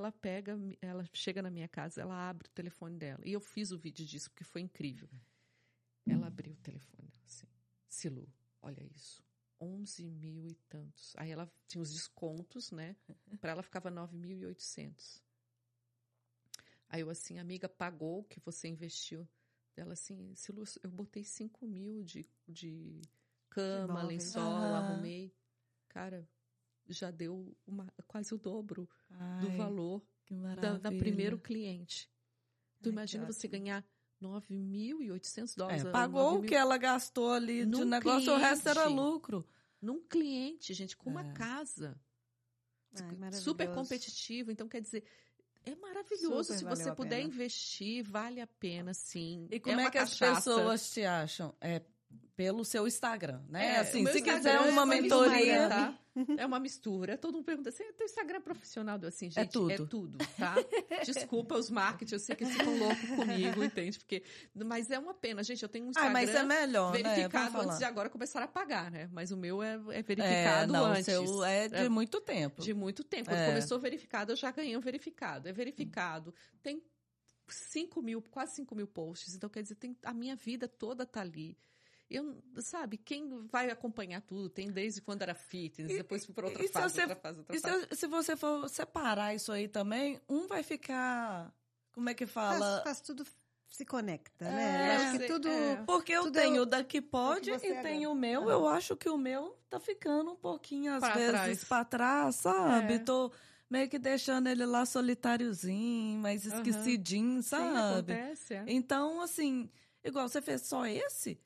chega na minha casa, ela abre o telefone dela. E eu fiz o vídeo disso, porque foi incrível. Ela abriu o telefone, assim. Silu, olha isso. 11 mil e tantos. Aí ela tinha os descontos, né? Para ela ficava 9.800. Aí eu assim, amiga, pagou o que você investiu? Ela assim, Silu, eu botei 5 mil de cama, lençol, arrumei. Cara, já deu quase o dobro do valor da primeiro cliente. Tu imagina você ganhar $9.800. Pagou o que ela gastou ali de negócio, cliente, o resto era lucro. Num cliente, gente, com uma casa. Super competitivo. Então, quer dizer, é maravilhoso. Se você puder investir, vale a pena, sim. E como é que as pessoas te acham? Pelo seu Instagram, né? Assim, se quiser uma mentoria... Tá? É uma mistura. Todo mundo pergunta assim, teu Instagram é profissional? Assim, gente, é tudo, tá? Desculpa os marketing, eu sei que eles ficam loucos comigo, entende? Mas é uma pena, gente, eu tenho um Instagram mas é melhor, verificado antes de agora começar a pagar, né? Mas o meu é verificado antes. O seu é de muito tempo. De muito tempo. Quando começou verificado, eu já ganhei um verificado. É verificado. Tem 5 mil, quase 5 mil posts. Então, quer dizer, a minha vida toda tá ali. Sabe, quem vai acompanhar tudo, tem desde quando era fitness, depois fui para outra fase. Se você for separar isso aí também, vai ficar, como é que fala? Faz tudo se conecta, né? Acho que tudo... Porque eu tenho o daqui pode e tenho o meu, eu acho que o meu tá ficando um pouquinho, às vezes, para trás, sabe? Tô meio que deixando ele lá solitáriozinho, mais esquecidinho, sabe? Sim, acontece, Então, assim, igual você fez só esse...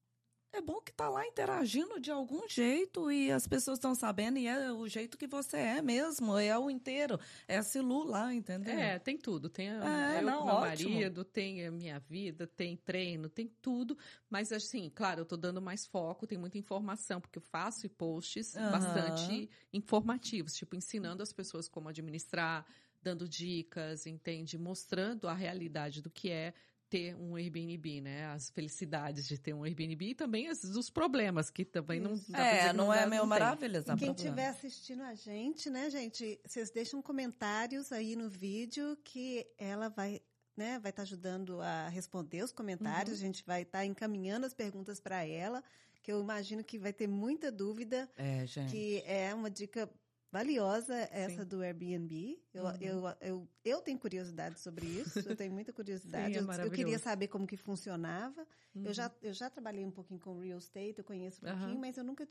É bom que tá lá interagindo de algum jeito e as pessoas estão sabendo e é o jeito que você é mesmo, é o inteiro, é a Silu lá, entendeu? Tem tudo, tem eu com meu marido, tem a minha vida, tem treino, tem tudo, mas assim, claro, eu tô dando mais foco, tem muita informação, porque eu faço posts bastante informativos, tipo ensinando as pessoas como administrar, dando dicas, entende? Mostrando a realidade do que é ter um Airbnb, né? As felicidades de ter um Airbnb e também os problemas, que também não dá pra dizer que não é meio maravilha. Quem estiver assistindo a gente, né, gente, vocês deixam comentários aí no vídeo que ela vai estar ajudando a responder os comentários, a gente vai estar encaminhando as perguntas para ela, que eu imagino que vai ter muita dúvida, gente. Que é uma dica valiosa essa do Airbnb. Eu tenho curiosidade sobre isso, eu tenho muita curiosidade. Eu queria saber como que funcionava. Eu já trabalhei um pouquinho com real estate, eu conheço um pouquinho, mas eu nunca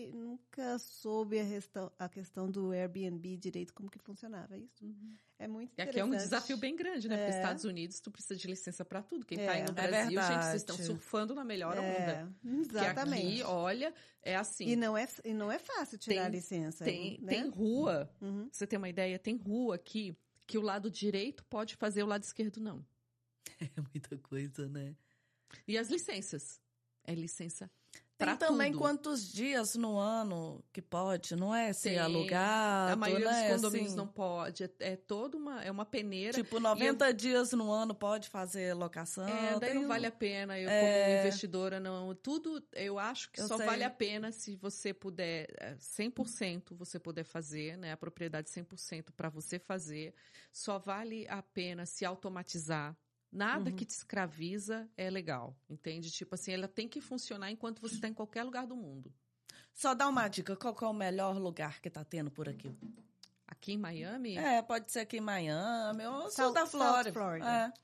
soube a questão do Airbnb direito, como que funcionava isso. É muito interessante. E aqui é um desafio bem grande, né? Porque nos Estados Unidos, tu precisa de licença para tudo. Quem tá aí no Brasil, gente, vocês estão surfando na melhor onda. Exatamente. Porque aqui, olha, é assim. E não é fácil tirar a licença. Tem rua, você tem uma ideia, tem rua aqui que o lado direito pode fazer, o lado esquerdo não. É muita coisa, né? E as licenças? É licença Tem também tudo. Quantos dias no ano que pode, não é? Se alugar. A maioria dos condomínios assim, não pode. É toda uma peneira. Tipo, 90 dias no ano pode fazer locação. Daí não vale a pena. Eu, como investidora, não. Tudo, eu acho que só vale a pena se você puder, 100% você puder fazer, né? A propriedade 100% para você fazer. Só vale a pena se automatizar. Nada que te escraviza é legal, entende? Tipo assim, ela tem que funcionar enquanto você está em qualquer lugar do mundo. Só dá uma dica, qual é o melhor lugar que tá tendo por aqui? Aqui em Miami? Pode ser aqui em Miami ou sul da Flórida.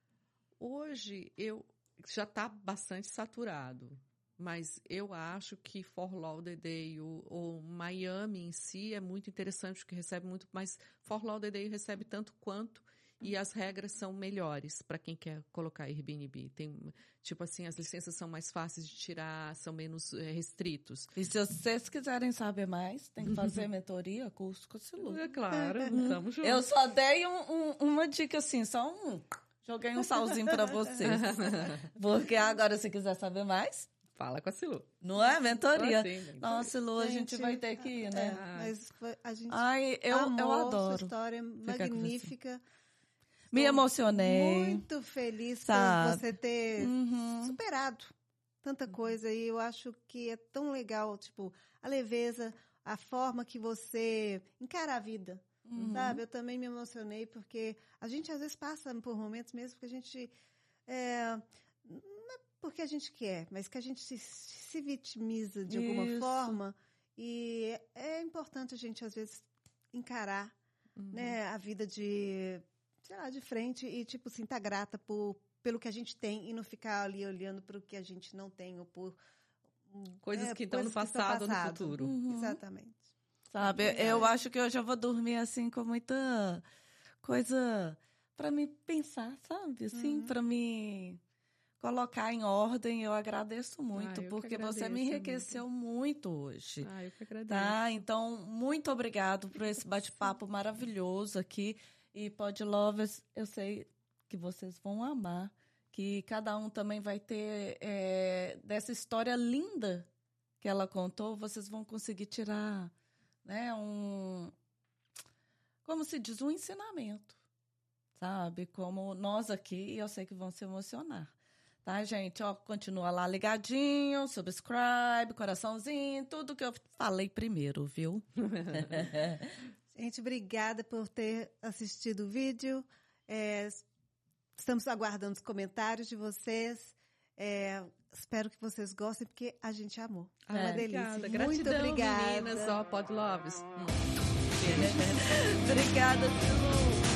Hoje, já tá bastante saturado, mas eu acho que Fort Lauderdale ou Miami em si é muito interessante, porque recebe muito, mas Fort Lauderdale recebe tanto quanto. E as regras são melhores para quem quer colocar Airbnb. Tem, tipo assim, as licenças são mais fáceis de tirar, são menos restritos. E se vocês quiserem saber mais, tem que fazer mentoria, curso com o Silu. É claro, estamos juntos. Eu só dei uma dica assim, joguei um salzinho para vocês. Porque agora, se quiser saber mais... Fala com a Silu. Não é? Mentoria. Nossa, Silu, a gente vai ter que ir, né? Mas a gente eu adoro. Sua história magnífica. Me emocionei. Muito feliz sabe? por você ter superado tanta coisa. E eu acho que é tão legal, tipo, a leveza, a forma que você encara a vida. Sabe? Eu também me emocionei, porque a gente às vezes passa por momentos mesmo que a gente... não é porque a gente quer, mas que a gente se vitimiza de alguma forma. E é importante a gente, às vezes, encarar né, a vida de frente e, tipo assim, tá grata pelo que a gente tem e não ficar ali olhando para o que a gente não tem ou por... Coisas que estão no passado ou no futuro. Exatamente. Sabe, eu acho que hoje eu vou dormir, assim, com muita coisa para me pensar, sabe? Assim, para me colocar em ordem. Eu agradeço muito, porque você me enriqueceu muito hoje. Eu que agradeço. Tá? Então, muito obrigado por esse bate-papo maravilhoso aqui. E Pod Lovers, eu sei que vocês vão amar, que cada um também vai ter dessa história linda que ela contou, vocês vão conseguir tirar... né, como se diz, um ensinamento, sabe? Como nós aqui, eu sei que vão se emocionar. Tá, gente? Ó, continua lá ligadinho, subscribe, coraçãozinho, tudo que eu falei primeiro, viu? Gente, obrigada por ter assistido o vídeo. Estamos aguardando os comentários de vocês. Espero que vocês gostem, porque a gente amou. É uma delícia. Obrigada. Muito Gratidão, obrigada. meninas. Ó, Pod Loves. Obrigada, Silu.